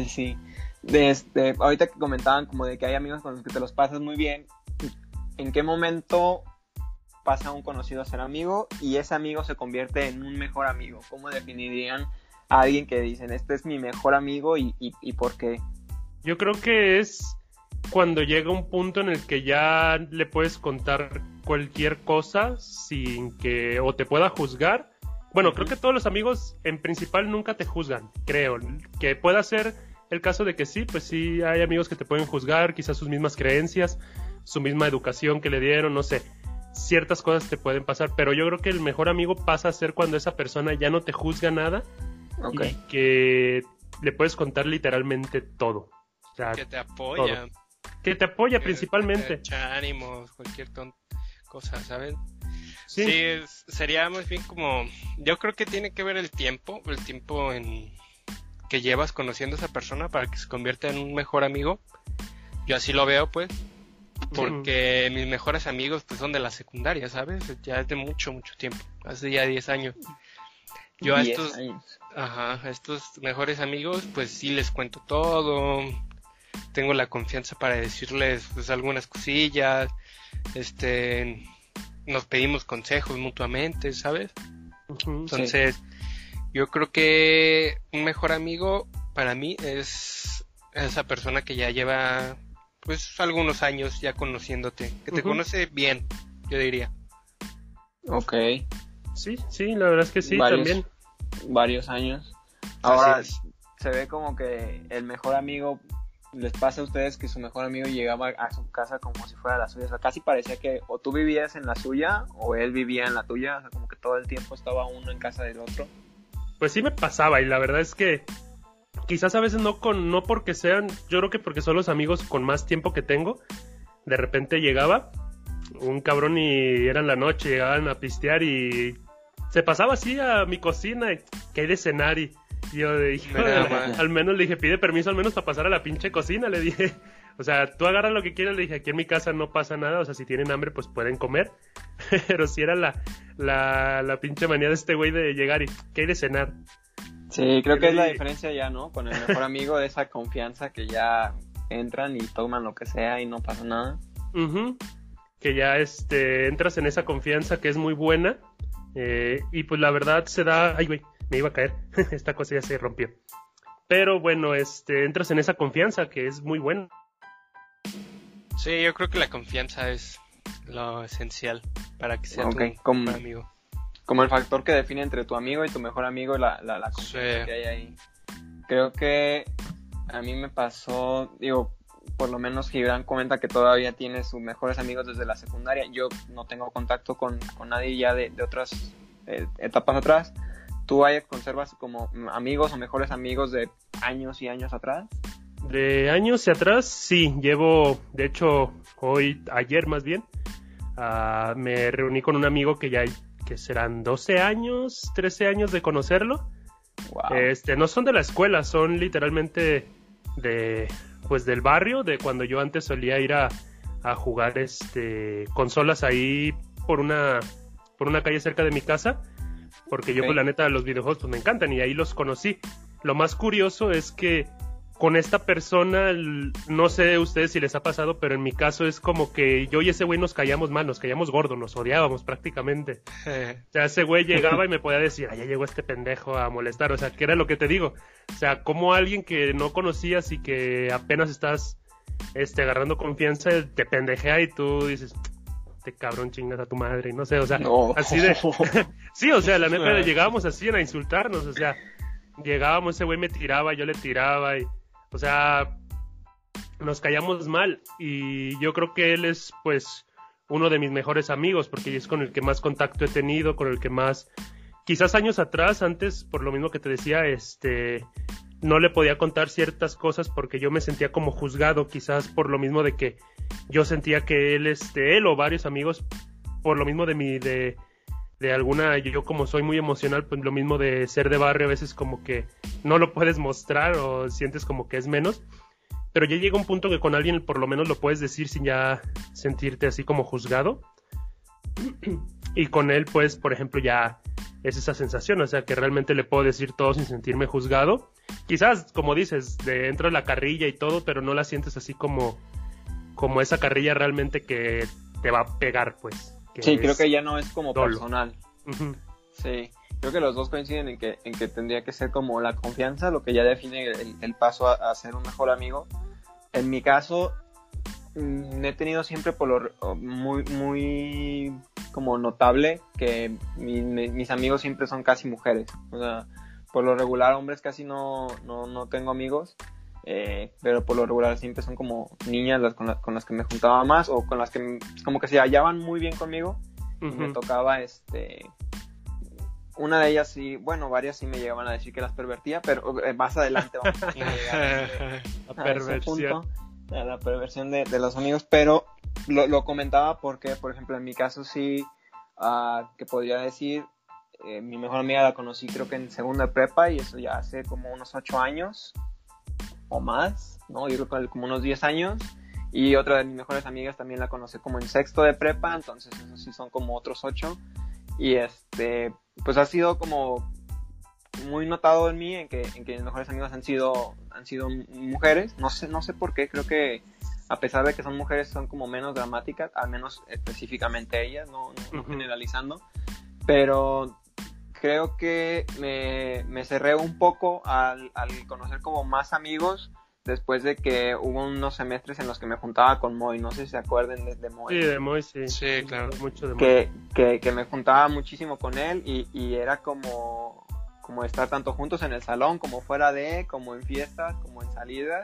Ahorita que comentaban como de que hay amigos con los que te los pasas muy bien, ¿en qué momento pasa un conocido a ser amigo y ese amigo se convierte en un mejor amigo? ¿Cómo definirían a alguien que dicen, este es mi mejor amigo y por qué? Yo creo que es cuando llega un punto en el que ya le puedes contar cualquier cosa sin que o te pueda juzgar. Bueno, creo que todos los amigos en principal nunca te juzgan, creo. Que pueda ser el caso de que sí, pues sí hay amigos que te pueden juzgar, quizás sus mismas creencias, su misma educación que le dieron, no sé. Ciertas cosas te pueden pasar, pero yo creo que el mejor amigo pasa a ser cuando esa persona ya no te juzga nada, y que le puedes contar literalmente todo. O sea, que te apoya. Todo. Que te apoya principalmente. Que te echa ánimos, cualquier cosa, ¿sabes? Sí, sería más bien como... Yo creo que tiene que ver el tiempo en que llevas conociendo a esa persona para que se convierta en un mejor amigo. Yo así lo veo, pues. porque mis mejores amigos pues son de la secundaria, ¿sabes? Ya es de mucho tiempo, hace ya 10 años. Yo a 10 estos, años. a estos mejores amigos pues sí les cuento todo, tengo la confianza para decirles pues algunas cosillas, nos pedimos consejos mutuamente, ¿sabes? Entonces, yo creo que un mejor amigo para mí es esa persona que ya lleva pues algunos años ya conociéndote, que te conoce bien, yo diría. Ok. Sí, la verdad es que sí, también. Varios años. Ahora, se ve como que el mejor amigo, les pasa a ustedes que su mejor amigo llegaba a su casa como si fuera la suya. O sea, casi parecía que o tú vivías en la suya o él vivía en la tuya. O sea, como que todo el tiempo estaba uno en casa del otro. Pues sí me pasaba, y la verdad es que quizás a veces no porque sean, yo creo que porque son los amigos con más tiempo que tengo. De repente llegaba un cabrón y era en la noche, llegaban a pistear y se pasaba así a mi cocina, que hay de cenar, y yo le dije, al menos le dije, pide permiso al menos para pasar a la pinche cocina, le dije, o sea, tú agarras lo que quieras, le dije, aquí en mi casa no pasa nada, o sea, si tienen hambre pues pueden comer, pero si era la pinche manía de este güey de llegar y, ¿qué hay de cenar? Sí, creo que es la diferencia ya, ¿no? Con el mejor amigo, de esa confianza que ya entran y toman lo que sea y no pasa nada. Que ya entras en esa confianza que es muy buena, y pues la verdad se da, ay güey, me iba a caer, esta cosa ya se rompió, pero bueno, entras en esa confianza que es muy buena. Sí, yo creo que la confianza es lo esencial para que sea tu mejor amigo. Como el factor que define entre tu amigo y tu mejor amigo, la confianza que hay ahí. Creo que a mí me pasó, digo, por lo menos Gibran comenta que todavía tiene sus mejores amigos desde la secundaria. Yo no tengo contacto con nadie ya de otras etapas atrás. ¿Tú, Aya, conservas como amigos o mejores amigos de años y años atrás? De años y atrás, sí. Llevo, de hecho, ayer más bien, me reuní con un amigo que serán 12 años, 13 años de conocerlo. Wow. No son de la escuela, son literalmente del barrio, de cuando yo antes solía ir a jugar consolas ahí por una calle cerca de mi casa, porque yo pues la neta los videojuegos pues me encantan y ahí los conocí. Lo más curioso es que con esta persona, no sé ustedes si les ha pasado, pero en mi caso es como que yo y ese güey nos caíamos mal, nos caíamos gordos, nos odiábamos prácticamente. O sea, ese güey llegaba y me podía decir, ya llegó este pendejo a molestar, o sea, que era lo que te digo. O sea, como alguien que no conocías y que apenas estás agarrando confianza, te pendejea y tú dices, este cabrón chingas a tu madre, y no sé, o sea, así de... Sí, o sea, la neta llegábamos así a insultarnos, o sea, llegábamos, ese güey me tiraba, yo le tiraba y... O sea, nos caíamos mal, y yo creo que él es pues uno de mis mejores amigos, porque es con el que más contacto he tenido, con el que más, quizás años atrás, antes, por lo mismo que te decía, no le podía contar ciertas cosas porque yo me sentía como juzgado, quizás por lo mismo de que yo sentía que él o varios amigos, por lo mismo de alguna, yo como soy muy emocional, pues lo mismo de ser de barrio, a veces como que no lo puedes mostrar o sientes como que es menos, pero ya llega un punto que con alguien por lo menos lo puedes decir sin ya sentirte así como juzgado, y con él pues por ejemplo ya es esa sensación, o sea que realmente le puedo decir todo sin sentirme juzgado. Quizás como dices, entra la carrilla y todo, pero no la sientes así como esa carrilla realmente que te va a pegar, pues. Sí, creo que ya no es como dolo. Personal. Sí, creo que los dos coinciden en que tendría que ser como la confianza lo que ya define el paso a ser un mejor amigo. En mi caso, he tenido siempre muy como notable que mis amigos siempre son casi mujeres. O sea, por lo regular hombres casi no tengo amigos. Pero por lo regular siempre son como niñas con las que me juntaba más, o con las que como que se hallaban muy bien conmigo. Y me tocaba una de ellas sí, bueno, varias sí me llegaban a decir que las pervertía, pero más adelante vamos a llegar a la perversión de los amigos, pero lo comentaba porque, por ejemplo, en mi caso sí, que podría decir, mi mejor amiga la conocí creo que en segunda de prepa, y eso ya hace como unos 8 años o más, ¿no? Yo creo que como unos 10 años, Y otra de mis mejores amigas también la conocí como en sexto de prepa, entonces eso sí son como otros 8. Y pues ha sido como muy notado en mí en que mis mejores amigas han sido mujeres. No sé por qué, creo que a pesar de que son mujeres son como menos dramáticas, al menos específicamente ellas, no generalizando. Pero creo que me cerré un poco al conocer como más amigos después de que hubo unos semestres en los que me juntaba con Moy. No sé si se acuerdan de Moy. Sí, de Moy, sí. Sí, claro. Mucho de Moy. Que me juntaba muchísimo con él y era como estar tanto juntos en el salón, como fuera como en fiestas, como en salidas.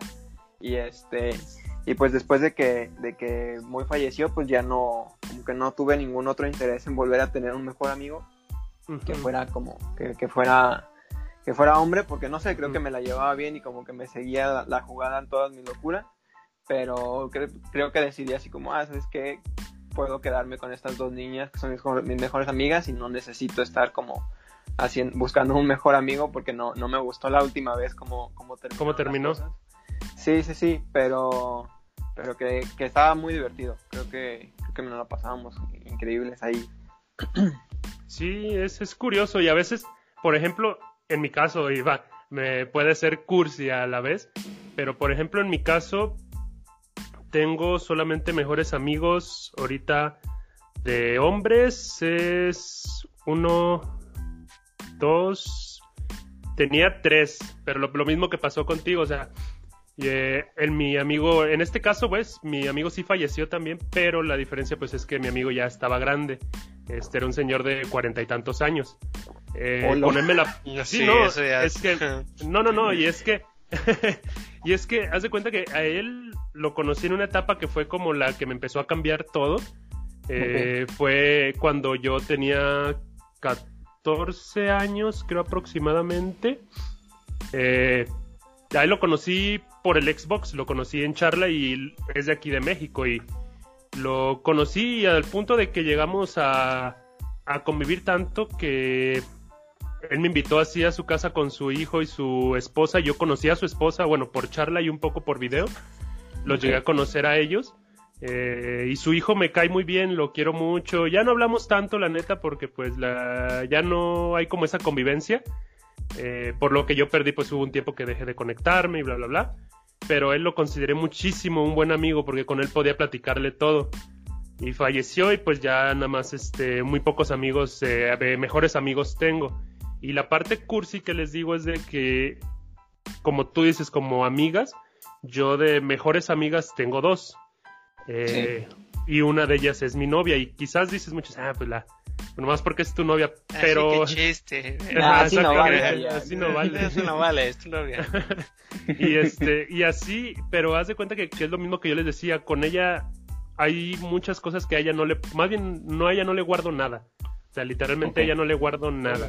Y pues después de que Moy falleció, pues ya como que no tuve ningún otro interés en volver a tener un mejor amigo que fuera que fuera hombre, porque no sé, creo que me la llevaba bien y como que me seguía la jugada en todas mis locuras, pero creo que decidí así como, ¿sabes qué? Puedo quedarme con estas 2 niñas que son mis mejores amigas y no necesito estar como buscando un mejor amigo, porque no me gustó la última vez cómo terminó. Sí, pero que estaba muy divertido. Creo que nos la pasábamos increíbles ahí. Sí, es curioso, y a veces, por ejemplo, en mi caso, me puede ser cursi a la vez, pero por ejemplo en mi caso tengo solamente mejores amigos ahorita de hombres, es 1, 2, tenía 3, pero lo mismo que pasó contigo, o sea, mi amigo, en este caso pues, mi amigo sí falleció también, pero la diferencia pues es que mi amigo ya estaba grande, era un señor de 40 y tantos años. Ponerme la... Sí, no, eso ya es que... No, y es que... y es que, haz de cuenta que a él lo conocí en una etapa que fue como la que me empezó a cambiar todo. Fue cuando yo tenía 14 años, creo aproximadamente. A él lo conocí por el Xbox, lo conocí en charla y es de aquí de México, y lo conocí al punto de que llegamos a convivir tanto que él me invitó así a su casa con su hijo y su esposa. Yo conocí a su esposa, bueno, por charla y un poco por video. Los llegué a conocer a ellos. Y su hijo me cae muy bien, lo quiero mucho. Ya no hablamos tanto, la neta, porque pues ya no hay como esa convivencia. Por lo que yo perdí, pues hubo un tiempo que dejé de conectarme y bla, bla, bla. Pero él lo consideré muchísimo un buen amigo, porque con él podía platicarle todo. Y falleció y pues ya nada más muy pocos amigos, mejores amigos tengo. Y la parte cursi que les digo es de que, como tú dices, como amigas, yo de mejores amigas tengo 2. Sí. Y una de ellas es mi novia. Y quizás dices muchos, pues nomás porque es tu novia, pero... Así que chiste. Así no vale. Así no vale. Eso no vale, es tu novia. Y así, pero haz de cuenta que es lo mismo que yo les decía, con ella hay muchas cosas que a ella no le... Más bien, no, a ella no le guardo nada. O sea, literalmente a ella no le guardo nada.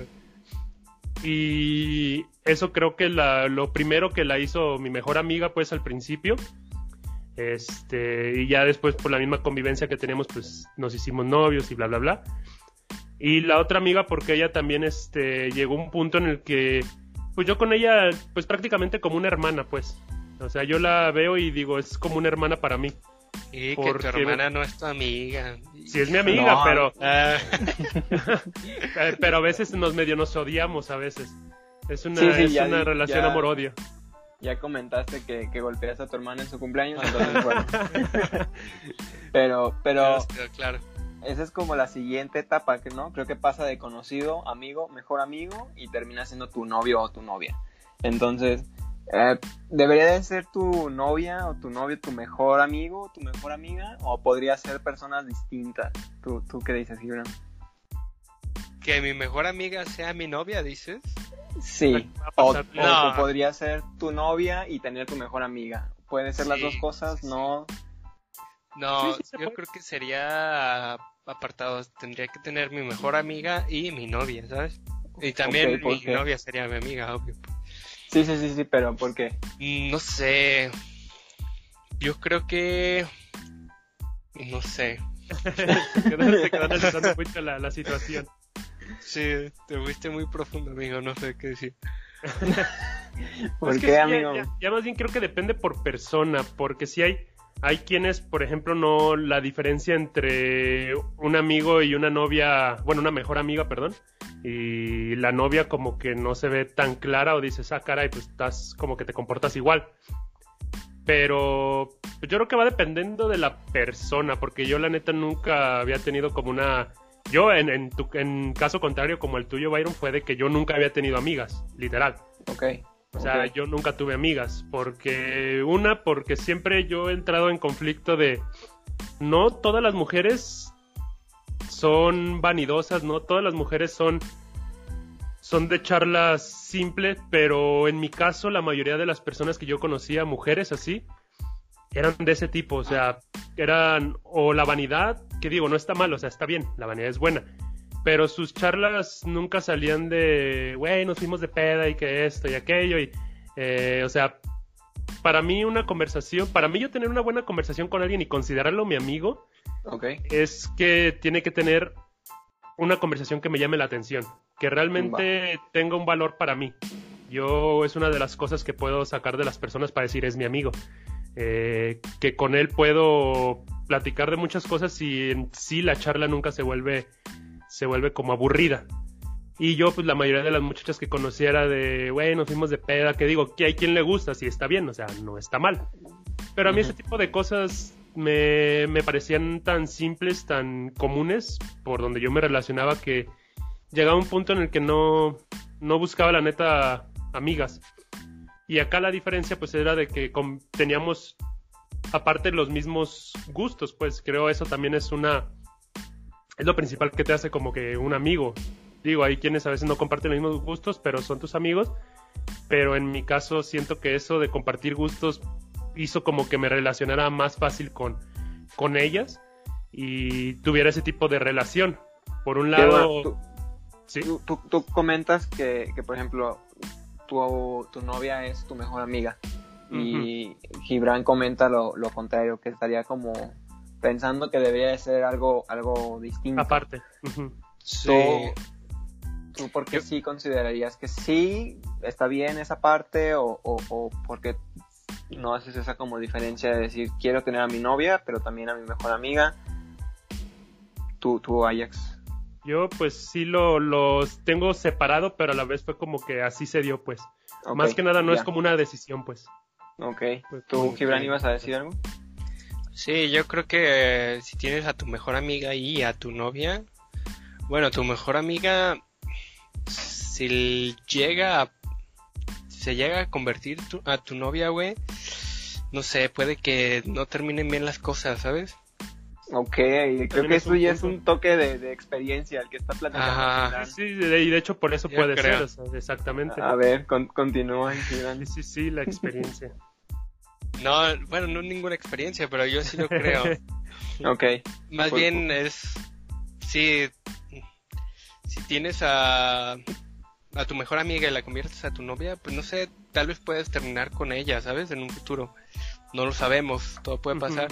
Y eso creo que lo primero que la hizo mi mejor amiga, pues, al principio. Y ya después, por la misma convivencia que teníamos, pues, nos hicimos novios y bla, bla, bla. Y la otra amiga, porque ella también, llegó a un punto en el que, pues, yo con ella, pues, prácticamente como una hermana, pues. O sea, yo la veo y digo, es como una hermana para mí. Y que tu hermana no es tu amiga. Sí, es mi amiga, no, pero... pero a veces nos odiamos, a veces. Es una relación amor-odio. Ya comentaste que golpeas a tu hermana en su cumpleaños, entonces bueno. pero claro. Esa es como la siguiente etapa, ¿no? Creo que pasa de conocido, amigo, mejor amigo, y termina siendo tu novio o tu novia. Entonces... ¿debería de ser tu novia o tu novio tu mejor amigo, tu mejor amiga, o podría ser personas distintas? ¿Tú qué dices, Gibran? ¿Que mi mejor amiga sea mi novia, dices? Sí, o podría ser tu novia y tener tu mejor amiga. ¿Pueden ser las dos cosas? Sí. No, yo creo que sería apartados. Tendría que tener mi mejor amiga y mi novia, ¿sabes? Y también mi novia sería mi amiga, obvio. Sí, pero ¿por qué? No sé. Yo creo que... No sé. Te quedó analizando mucho la situación. Sí, te fuiste muy profundo, amigo. No sé qué decir. ¿Por qué, amigo? Ya más bien creo que depende por persona. Porque si hay hay quienes, por ejemplo, no, la diferencia entre un amigo y una novia, bueno, una mejor amiga, perdón, y la novia como que no se ve tan clara o dices, caray, pues estás como que te comportas igual. Pero pues, yo creo que va dependiendo de la persona, porque yo la neta nunca había tenido como una... Yo, en caso contrario, como el tuyo, Byron, fue de que yo nunca había tenido amigas, literal. Ok. O sea, yo nunca tuve amigas, porque siempre yo he entrado en conflicto de... No todas las mujeres son vanidosas, no todas las mujeres son de charlas simples, pero en mi caso la mayoría de las personas que yo conocía, mujeres así, eran de ese tipo, o sea, eran o la vanidad, que digo, no está mal, o sea, está bien, la vanidad es buena, pero sus charlas nunca salían de, güey, nos fuimos de peda y que esto y aquello, y, o sea, para mí yo tener una buena conversación con alguien y considerarlo mi amigo, es que tiene que tener una conversación que me llame la atención, que realmente tenga un valor para mí. Es una de las cosas que puedo sacar de las personas para decir, es mi amigo. Que con él puedo platicar de muchas cosas y en sí la charla nunca se vuelve como aburrida. Y yo, pues la mayoría de las muchachas que conocía era de, güey, nos fuimos de peda, que digo, que hay quien le gusta, sí está bien, o sea, no está mal. Pero a mí ese tipo de cosas me parecían tan simples, tan comunes, por donde yo me relacionaba, que llegaba un punto en el que no buscaba la neta amigas. Y acá la diferencia pues era de que teníamos aparte los mismos gustos, pues creo eso también es lo principal que te hace como que un amigo. Digo, hay quienes a veces no comparten los mismos gustos, pero son tus amigos. Pero en mi caso siento que eso de compartir gustos hizo como que me relacionara más fácil con ellas y tuviera ese tipo de relación. Por un lado... ¿Sí? Tú comentas que, por ejemplo, tu novia es tu mejor amiga. Y Gibran comenta lo contrario, que estaría como pensando que debería de ser algo distinto. Aparte. Sí. ¿Tú por qué sí considerarías que sí está bien esa parte o porque no haces esa como diferencia de decir quiero tener a mi novia pero también a mi mejor amiga? Tú Ajax. Yo pues sí los tengo separado, pero a la vez fue como que así se dio, pues. Más que nada no es como una decisión, pues. Ok. ¿Tú, Gibran, ibas a decir algo? Sí, yo creo que si tienes a tu mejor amiga y a tu novia, bueno, tu mejor amiga, si se llega a convertir a tu novia, güey, no sé, puede que no terminen bien las cosas, ¿sabes? Ok, creo que eso ya es un toque de experiencia el que está platicando. Ajá. Sí, y de hecho por eso Yo puede creo. ser, o sea, exactamente. A ver, continúa. Sí, la experiencia. No, bueno, no ninguna experiencia, pero yo sí lo creo. Ok. Más bien es, si tienes a tu mejor amiga y la conviertes a tu novia, pues no sé, tal vez puedes terminar con ella, ¿sabes? En un futuro. No lo sabemos, todo puede pasar.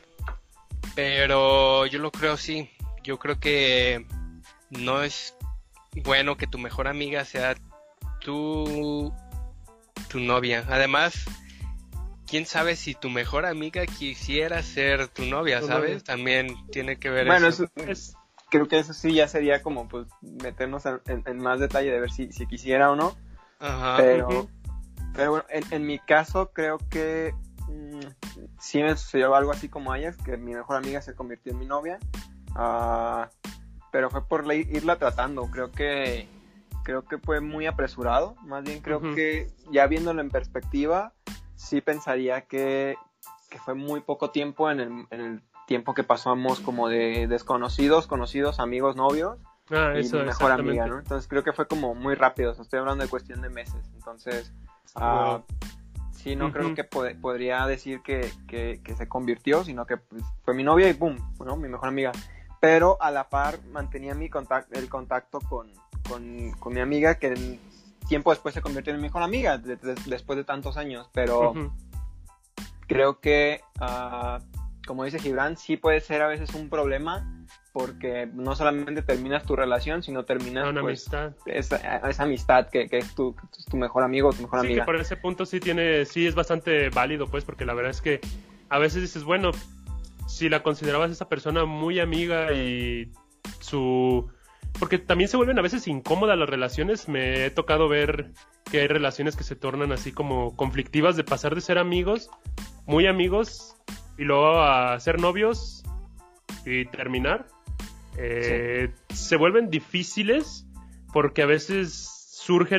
Pero yo lo creo, sí. Yo creo que no es bueno que tu mejor amiga sea tu novia. Además, quién sabe si tu mejor amiga quisiera ser tu novia, ¿sabes? También tiene que ver eso. Bueno, creo que eso sí ya sería como pues meternos en más detalle de ver si quisiera o no. Ajá. Pero bueno, en mi caso creo que sí me sucedió algo así como Ajax, que mi mejor amiga se convirtió en mi novia, pero fue por irla tratando. Creo que fue muy apresurado. Más bien creo que ya viéndolo en perspectiva sí pensaría que fue muy poco tiempo en el tiempo que pasamos como de desconocidos, conocidos, amigos, novios y eso, mi mejor amiga, ¿no? Entonces creo que fue como muy rápido. O sea, estoy hablando de cuestión de meses. Entonces sí, no creo que podría decir que se convirtió, sino que pues, fue mi novia y boom, ¿no? Mi mejor amiga. Pero a la par mantenía el contacto con mi amiga, que tiempo después se convirtió en mi mejor amiga, después de tantos años. Pero creo que, como dice Gibran, sí puede ser a veces un problema, porque no solamente terminas tu relación, sino terminas una pues, amistad. Esa amistad que es tu mejor amigo o tu mejor amiga. Sí, que por ese punto sí es bastante válido, pues, porque la verdad es que a veces dices, bueno, si la considerabas esa persona muy amiga y porque también se vuelven a veces incómodas las relaciones. Me he tocado ver que hay relaciones que se tornan así como conflictivas, de pasar de ser amigos, muy amigos, y luego a ser novios y terminar. Se vuelven difíciles porque a veces surge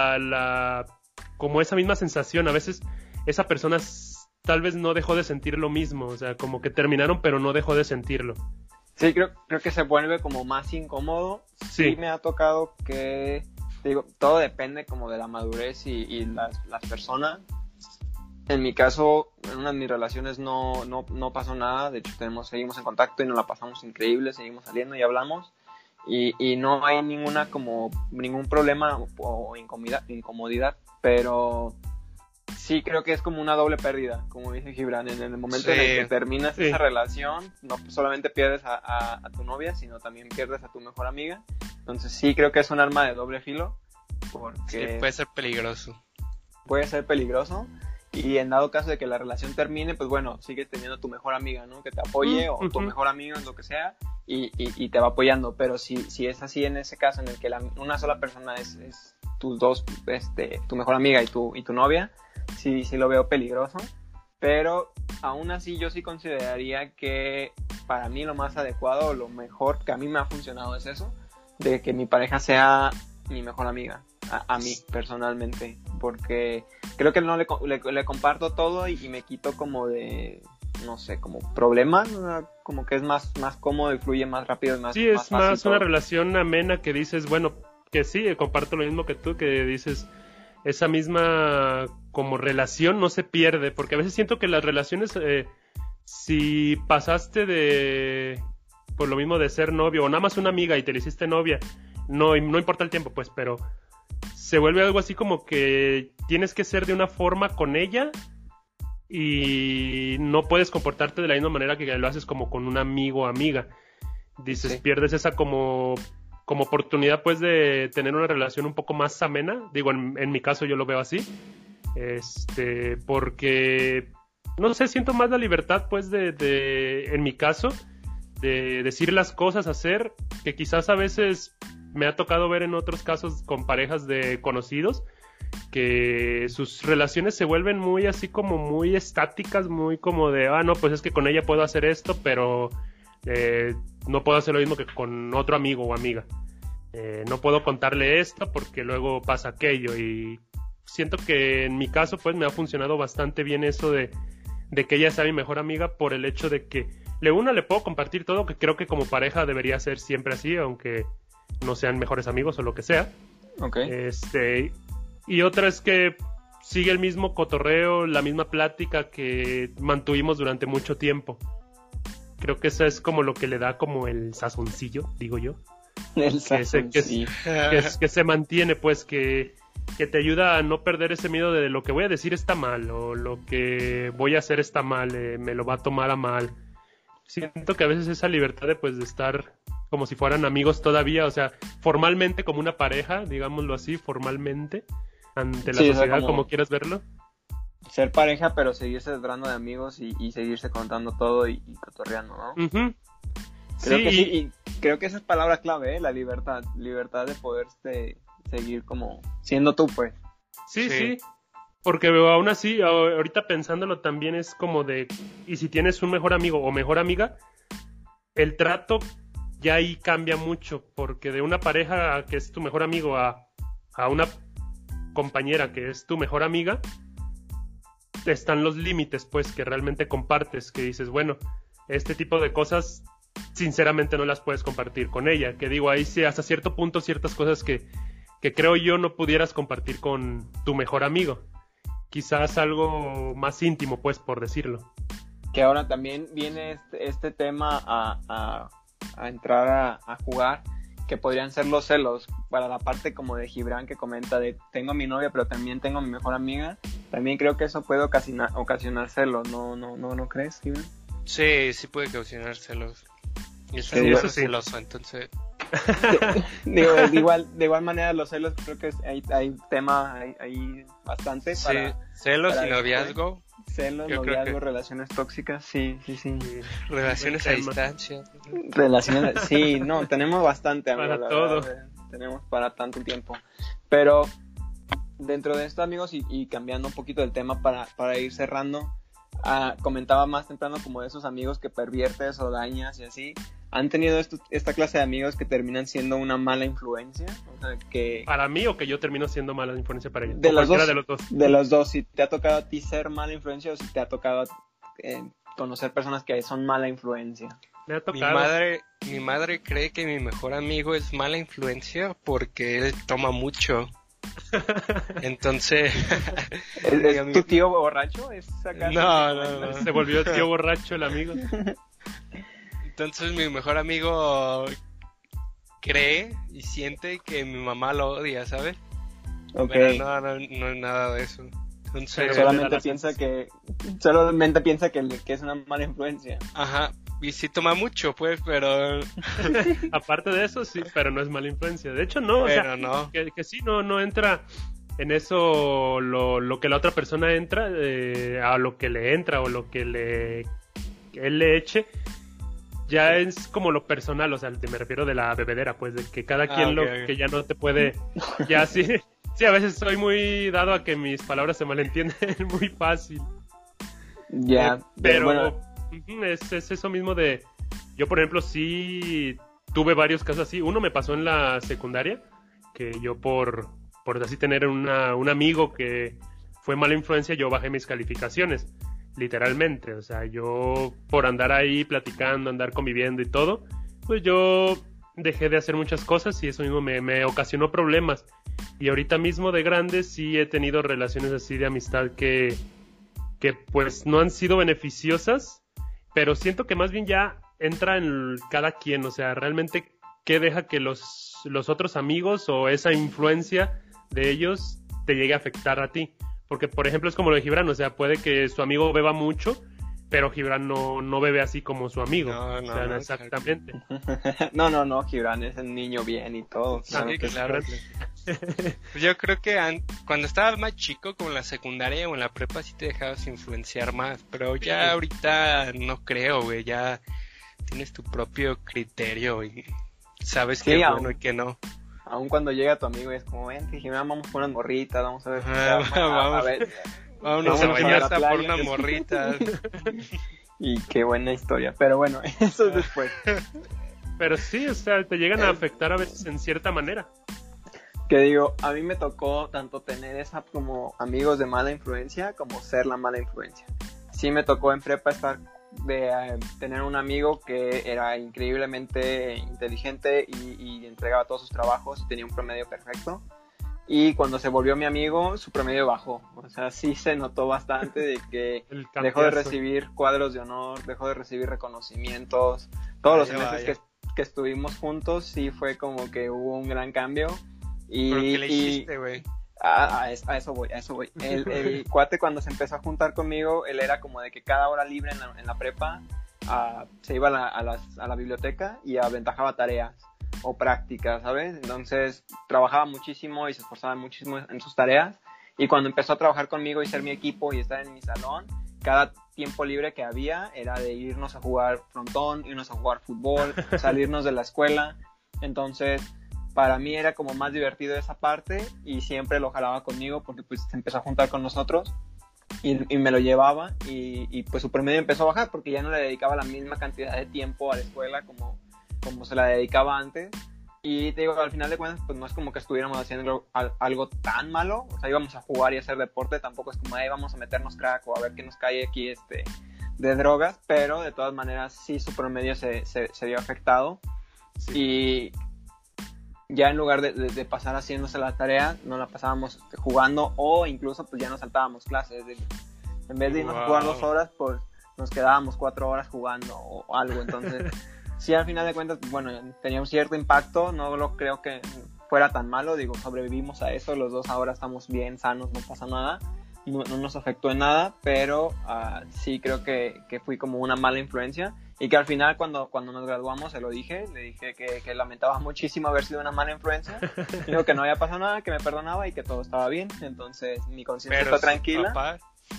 como esa misma sensación. A veces esa persona tal vez no dejó de sentir lo mismo, o sea, como que terminaron pero no dejó de sentirlo. Sí, creo que se vuelve como más incómodo. Sí me ha tocado que, digo, todo depende como de la madurez y las personas. En mi caso, en una de mis relaciones no pasó nada. De hecho, seguimos en contacto y nos la pasamos increíble, seguimos saliendo y hablamos. Y no hay ningún problema o incomodidad, pero sí creo que es como una doble pérdida, como dice Gibran. En el momento en el que terminas esa relación, no solamente pierdes a tu novia, sino también pierdes a tu mejor amiga. Entonces sí creo que es un arma de doble filo, porque puede ser peligroso. Puede ser peligroso. Y en dado caso de que la relación termine, pues bueno, sigues teniendo tu mejor amiga, ¿no? Que te apoye, o tu mejor amigo, en lo que sea, y te va apoyando. Pero si es así en ese caso, en el que una sola persona es tus dos, tu mejor amiga y tu novia, sí lo veo peligroso. Pero aún así yo sí consideraría que para mí lo más adecuado, lo mejor que a mí me ha funcionado es eso, de que mi pareja sea mi mejor amiga. A mí personalmente, porque creo que no le comparto todo y me quito como de, no sé, como problemas, como que es más cómodo y fluye más rápido y más sí, es más una relación amena, que dices, bueno, que sí, comparto lo mismo que tú, que dices, esa misma como relación no se pierde, porque a veces siento que las relaciones, si pasaste por lo mismo de ser novio o nada más una amiga y te le hiciste novia, no importa el tiempo, pues, pero se vuelve algo así como que tienes que ser de una forma con ella y no puedes comportarte de la misma manera que lo haces como con un amigo o amiga. Dices, pierdes esa como oportunidad, pues, de tener una relación un poco más amena. Digo, en mi caso yo lo veo así. Porque, no sé, siento más la libertad, pues, en mi caso, de decir las cosas, hacer, que quizás a veces me ha tocado ver en otros casos con parejas de conocidos, que sus relaciones se vuelven muy así como muy estáticas, muy como de, no, pues es que con ella puedo hacer esto, pero no puedo hacer lo mismo que con otro amigo o amiga. No puedo contarle esto porque luego pasa aquello, y siento que en mi caso pues me ha funcionado bastante bien eso de que ella sea mi mejor amiga, por el hecho de que le puedo compartir todo, que creo que como pareja debería ser siempre así, aunque no sean mejores amigos o lo que sea. Okay. Y otra es que sigue el mismo cotorreo, la misma plática que mantuvimos durante mucho tiempo. Creo que eso es como lo que le da como el sazoncillo, digo yo. El sazoncillo. Que se mantiene, pues, que te ayuda a no perder ese miedo de lo que voy a decir está mal, o lo que voy a hacer está mal, me lo va a tomar a mal. Siento que a veces esa libertad de, pues, de estar como si fueran amigos todavía, o sea, formalmente como una pareja, digámoslo así, formalmente, ante la sociedad, como quieras verlo. Ser pareja, pero seguirse tratando de amigos y seguirse contando todo y cotorreando, ¿no? Uh-huh. Creo que sí, y creo que esa es palabra clave, la libertad de poder seguir como siendo tú, pues. Sí, porque aún así, ahorita pensándolo también es como de, y si tienes un mejor amigo o mejor amiga, el trato ya ahí cambia mucho, porque de una pareja que es tu mejor amigo a una compañera que es tu mejor amiga, están los límites, pues, que realmente compartes, que dices, bueno, este tipo de cosas sinceramente no las puedes compartir con ella, que digo, ahí sí, hasta cierto punto ciertas cosas que creo yo no pudieras compartir con tu mejor amigo, quizás algo más íntimo, pues, por decirlo. Que ahora también viene este tema a entrar a jugar, que podrían ser los celos, para la parte como de Gibran que comenta de tengo a mi novia pero también tengo a mi mejor amiga. También creo que eso puede ocasionar celos, ¿no crees, Gibran? Sí puede ocasionar celos. Y eso sí. Celoso, entonces. Digo, de igual manera los celos creo que hay tema ahí bastante. Sí, celos y noviazgo Celos, noviazgo, relaciones tóxicas, sí. Relaciones a distancia. Relaciones, sí, no, tenemos bastante, amigo, para todo. verdad, tenemos para tanto tiempo. Pero dentro de esto, amigos, y cambiando un poquito del tema para ir cerrando, comentaba más temprano como de esos amigos que perviertes o dañas y así. ¿Han tenido esta clase de amigos que terminan siendo una mala influencia? O sea, que... ¿Para mí o que yo termino siendo mala influencia para ellos? De los dos. De los dos, si te ha tocado a ti ser mala influencia o si te ha tocado conocer personas que son mala influencia. Me ha tocado. Mi madre cree que mi mejor amigo es mala influencia porque él toma mucho. Entonces... ¿Es tu tío borracho? No. Se volvió el tío borracho el amigo. Entonces mi mejor amigo cree y siente que mi mamá lo odia, ¿sabes? Okay. Pero no es nada de eso. Entonces, solamente piensa que es una mala influencia. Ajá, y sí toma mucho, pues, pero... Aparte de eso, sí, pero no es mala influencia. De hecho, no, pero o sea, no. Que sí, no entra en eso lo que la otra persona entra, a lo que le entra o lo que él le eche. Ya es como lo personal, o sea, me refiero de la bebedera, pues, de que cada quien okay. Que ya no te puede, ya sí, a veces soy muy dado a que mis palabras se malentienden muy fácil. Ya, pero bueno. Es eso mismo de, yo por ejemplo sí tuve varios casos así. Uno me pasó en la secundaria, que yo por así tener un amigo que fue mala influencia, yo bajé mis calificaciones. Literalmente, o sea, yo por andar ahí platicando, andar conviviendo y todo, pues yo dejé de hacer muchas cosas y eso mismo me ocasionó problemas. Y ahorita mismo de grande sí he tenido relaciones así de amistad que pues no han sido beneficiosas, pero siento que más bien ya entra en cada quien, o sea, realmente qué deja que los otros amigos o esa influencia de ellos te llegue a afectar a ti. Porque, por ejemplo, es como lo de Gibran, o sea, puede que su amigo beba mucho, pero Gibran no bebe así como su amigo. No, exactamente. No, Gibran es el niño bien y todo. Claro. Yo creo que cuando estabas más chico, como en la secundaria o en la prepa, sí te dejabas influenciar más, pero ya ahorita no creo, güey, ya tienes tu propio criterio y sabes qué es bueno y qué no. Aún cuando llega tu amigo y es como, vente, vamos por unas morritas, vamos a ver. Vamos a bañar por unas morritas. Y qué buena historia, pero bueno, eso es después. Pero sí, o sea, te llegan a afectar a veces en cierta manera. Que digo, a mí me tocó tanto tener esa como amigos de mala influencia como ser la mala influencia. Sí me tocó en prepa tener un amigo que era increíblemente inteligente y entregaba todos sus trabajos y tenía un promedio perfecto. Y cuando se volvió mi amigo, su promedio bajó. O sea, sí se notó bastante de que dejó de recibir cuadros de honor, dejó de recibir reconocimientos. Todos los semestres que estuvimos juntos, sí fue como que hubo un gran cambio. ¿Pero qué le hiciste, güey? A eso voy. El cuate cuando se empezó a juntar conmigo, él era como de que cada hora libre en la prepa se iba a la biblioteca y aventajaba tareas o prácticas, ¿sabes? Entonces trabajaba muchísimo y se esforzaba muchísimo en sus tareas, y cuando empezó a trabajar conmigo y ser mi equipo y estar en mi salón, cada tiempo libre que había era de irnos a jugar frontón, irnos a jugar fútbol, salirnos de la escuela. Entonces para mí era como más divertido esa parte y siempre lo jalaba conmigo porque pues se empezó a juntar con nosotros y me lo llevaba y pues su promedio empezó a bajar porque ya no le dedicaba la misma cantidad de tiempo a la escuela como se la dedicaba antes. Y te digo, al final de cuentas pues no es como que estuviéramos haciendo algo tan malo, o sea, íbamos a jugar y hacer deporte, tampoco es como vamos a meternos crack o a ver qué nos cae aquí de drogas, pero de todas maneras sí su promedio se vio afectado. Sí. Y ya en lugar de pasar haciéndose la tarea, nos la pasábamos jugando o incluso pues ya nos saltábamos clases. En vez de irnos a jugar 2 horas, pues nos quedábamos 4 horas jugando o algo. Entonces, sí, al final de cuentas, bueno, tenía un cierto impacto, no lo creo que fuera tan malo, digo, sobrevivimos a eso, los dos ahora estamos bien, sanos, no pasa nada, no nos afectó en nada, pero sí creo que fui como una mala influencia. Y que al final cuando nos graduamos le dije que lamentaba muchísimo haber sido una mala influencia. Digo que no había pasado nada, que me perdonaba y que todo estaba bien. Entonces mi conciencia está tranquila. Papá.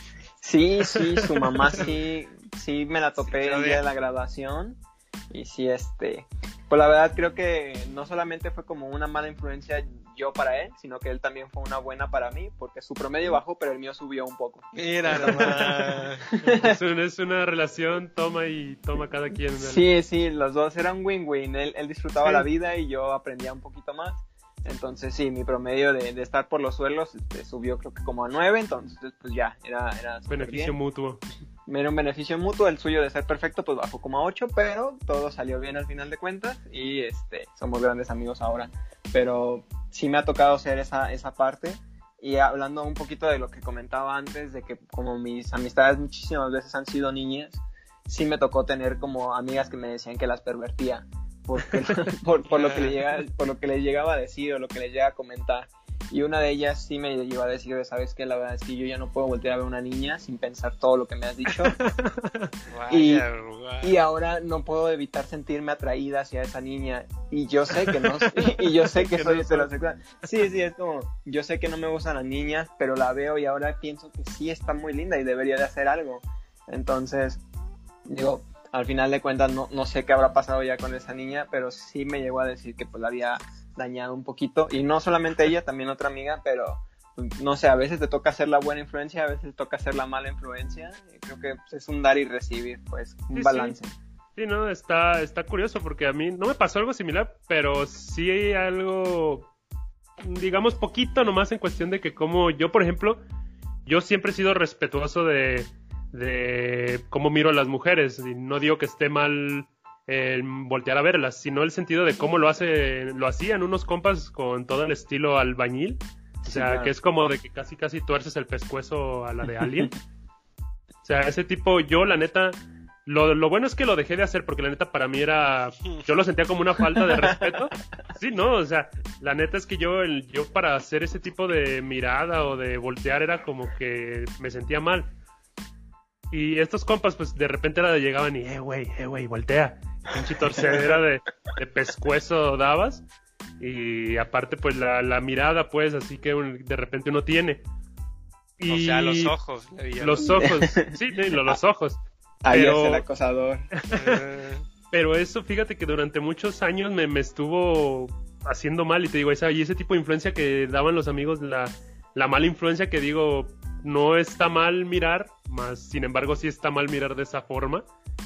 Sí, su mamá sí me la topé el día de la graduación. Y sí, pues la verdad creo que no solamente fue como una mala influencia yo para él, sino que él también fue una buena para mí, porque su promedio bajó, pero el mío subió un poco. Mira nomás. Es una relación toma y toma cada quien. ¿No? Sí, los dos eran win-win. Él disfrutaba la vida y yo aprendía un poquito más. Entonces sí, mi promedio de estar por los suelos subió creo que como a 9, entonces pues ya, era beneficio bien. mutuo. Era un beneficio mutuo, el suyo de ser perfecto pues bajó como a 8, pero todo salió bien al final de cuentas y somos grandes amigos ahora. Pero sí me ha tocado ser esa parte. Y hablando un poquito de lo que comentaba antes, de que como mis amistades muchísimas veces han sido niñas, sí me tocó tener como amigas que me decían que las pervertía. Por lo que les llegaba a decir o lo que les llega a comentar. Y una de ellas sí me llevó a decir, ¿sabes qué? La verdad es que yo ya no puedo voltear a ver a una niña sin pensar todo lo que me has dicho. Y ahora no puedo evitar sentirme atraída hacia esa niña. Y yo sé que no, y yo sé que soy heterosexual. Sí, es como, yo sé que no me gustan las niñas, pero la veo y ahora pienso que sí está muy linda y debería de hacer algo. Entonces, digo, al final de cuentas no sé qué habrá pasado ya con esa niña, pero sí me llegó a decir que pues la había dañado un poquito, y no solamente ella, también otra amiga, pero no sé, a veces te toca ser la buena influencia, a veces te toca ser la mala influencia, y creo que pues, es un dar y recibir, pues un balance. Sí, no, está curioso porque a mí no me pasó algo similar, pero sí hay algo, digamos, poquito nomás en cuestión de que como yo, por ejemplo, yo siempre he sido respetuoso de cómo miro a las mujeres, y no digo que esté mal voltear a verlas, sino el sentido de cómo lo hacían unos compas con todo el estilo albañil, o sea, claro, que es como de que casi tuerces el pescuezo a la de Alien. O sea, ese tipo, yo la neta, lo bueno es que lo dejé de hacer, porque la neta para mí yo lo sentía como una falta de respeto. Sí, no, o sea, la neta es que yo para hacer ese tipo de mirada o de voltear era como que me sentía mal. Y estos compas, pues de repente llegaban y, güey, voltea. Pinche torcedera de pescuezo dabas. Y aparte, pues la mirada, pues, así que de repente uno tiene. Y o sea, los ojos. Los ojos, sí, los ojos. Ahí es el acosador. Pero eso, fíjate que durante muchos años me estuvo haciendo mal. Y te digo, y ese tipo de influencia que daban los amigos, la mala influencia que digo, no está mal mirar, más sin embargo sí está mal mirar de esa forma.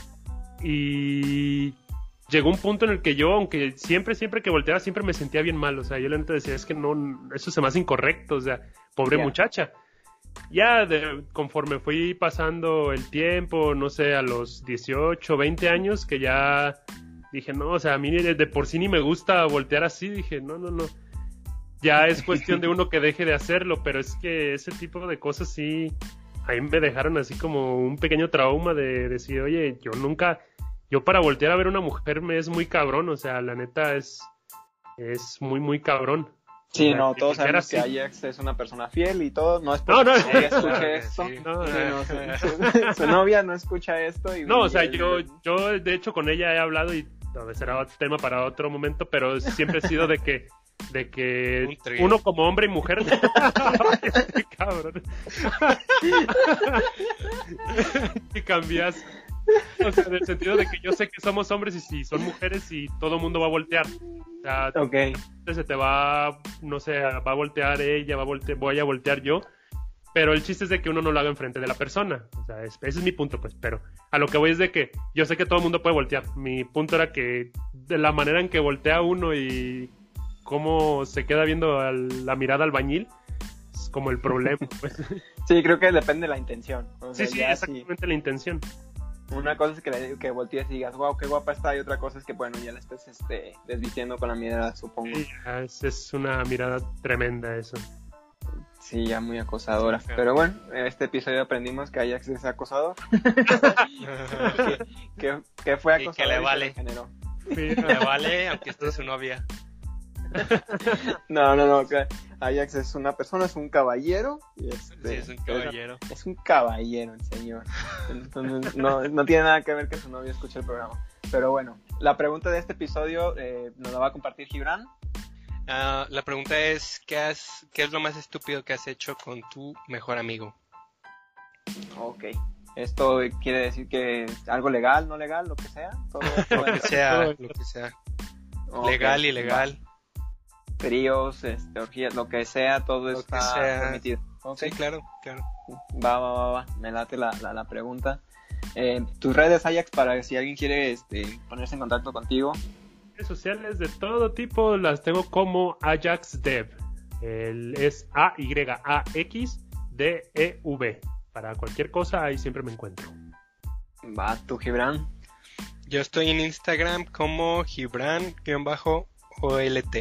Y llegó un punto en el que yo, aunque siempre que volteaba, siempre me sentía bien mal. O sea, yo la neta decía, es que no, eso se me hace incorrecto, o sea, pobre muchacha. Ya conforme fui pasando el tiempo, no sé, a los 18, 20 años, que ya dije, no, o sea, a mí de por sí ni me gusta voltear así, dije, no. Ya es cuestión de uno que deje de hacerlo, pero es que ese tipo de cosas sí, ahí me dejaron así como un pequeño trauma de decir, oye, yo para voltear a ver a una mujer me es muy cabrón, o sea, la neta es muy, muy cabrón. Sí, o sea, no, todos sabemos que Ajax es una persona fiel y todo, no es porque su novia escuche esto, su novia no escucha esto. No, o sea, yo de hecho con ella he hablado y será tema para otro momento, pero siempre he sido de que uno como hombre y mujer cabrón y cambias, o sea, en el sentido de que yo sé que somos hombres y si son mujeres y todo el mundo va a voltear, o sea, se te va, no sé, va a voltear ella, voy a voltear yo, pero el chiste es de que uno no lo haga enfrente de la persona, o sea, ese es mi punto, pues, pero a lo que voy es de que yo sé que todo el mundo puede voltear, mi punto era que de la manera en que voltea uno y cómo se queda viendo la mirada albañil es como el problema, pues. Sí, creo que depende de la intención. O sea, sí, exactamente la intención. Una cosa es que voltees y digas, wow, qué guapa está, y otra cosa es que, bueno, ya la estés desvistiendo con la mirada, supongo. Sí, es una mirada tremenda eso. Sí, ya muy acosadora. Pero bueno, en este episodio aprendimos que Ajax es acosador. que fue acosador y que le vale. Sí, le vale, aunque esté su novia. No, que Ajax es una persona, es un caballero. Y sí, es un caballero. Es un caballero el señor. Entonces no tiene nada que ver que su novia escuche el programa. Pero bueno, la pregunta de este episodio nos la va a compartir Gibran. La pregunta es, ¿qué es lo más estúpido que has hecho con tu mejor amigo? Ok. ¿Esto quiere decir que es algo legal, no legal, lo que sea? Todo Lo que sea, lo que sea. Ok. Legal, ilegal. Tríos, orgías, lo que sea, todo Lo que está sea. permitido. Ok. Sí, claro, claro. Va. Me late la pregunta. Tus redes, Ajax, para si alguien quiere ponerse en contacto contigo. Redes sociales de todo tipo las tengo como Ajax Dev. Es AYAXDEV. Para cualquier cosa ahí siempre me encuentro. Va, tu Gibran. Yo estoy en Instagram como Gibran_OLT.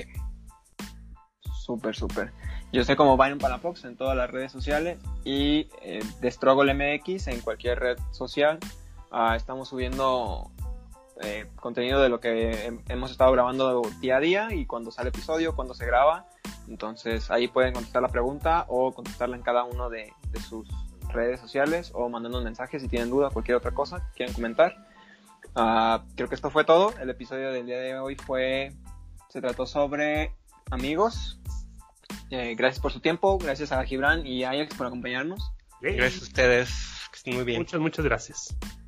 Súper. Yo sé como Byron Palafox en todas las redes sociales y de Struggle MX en cualquier red social. Estamos subiendo contenido de lo que hemos estado grabando día a día y cuando sale episodio, cuando se graba. Entonces ahí pueden contestar la pregunta o contestarla en cada uno de sus redes sociales o mandando un mensaje si tienen duda, cualquier otra cosa que quieran comentar. Creo que esto fue todo. El episodio del día de hoy se trató sobre amigos. Gracias por su tiempo, gracias a Gibran y Ajax por acompañarnos. Yay. Gracias a ustedes, que estén muy bien. Muchas gracias.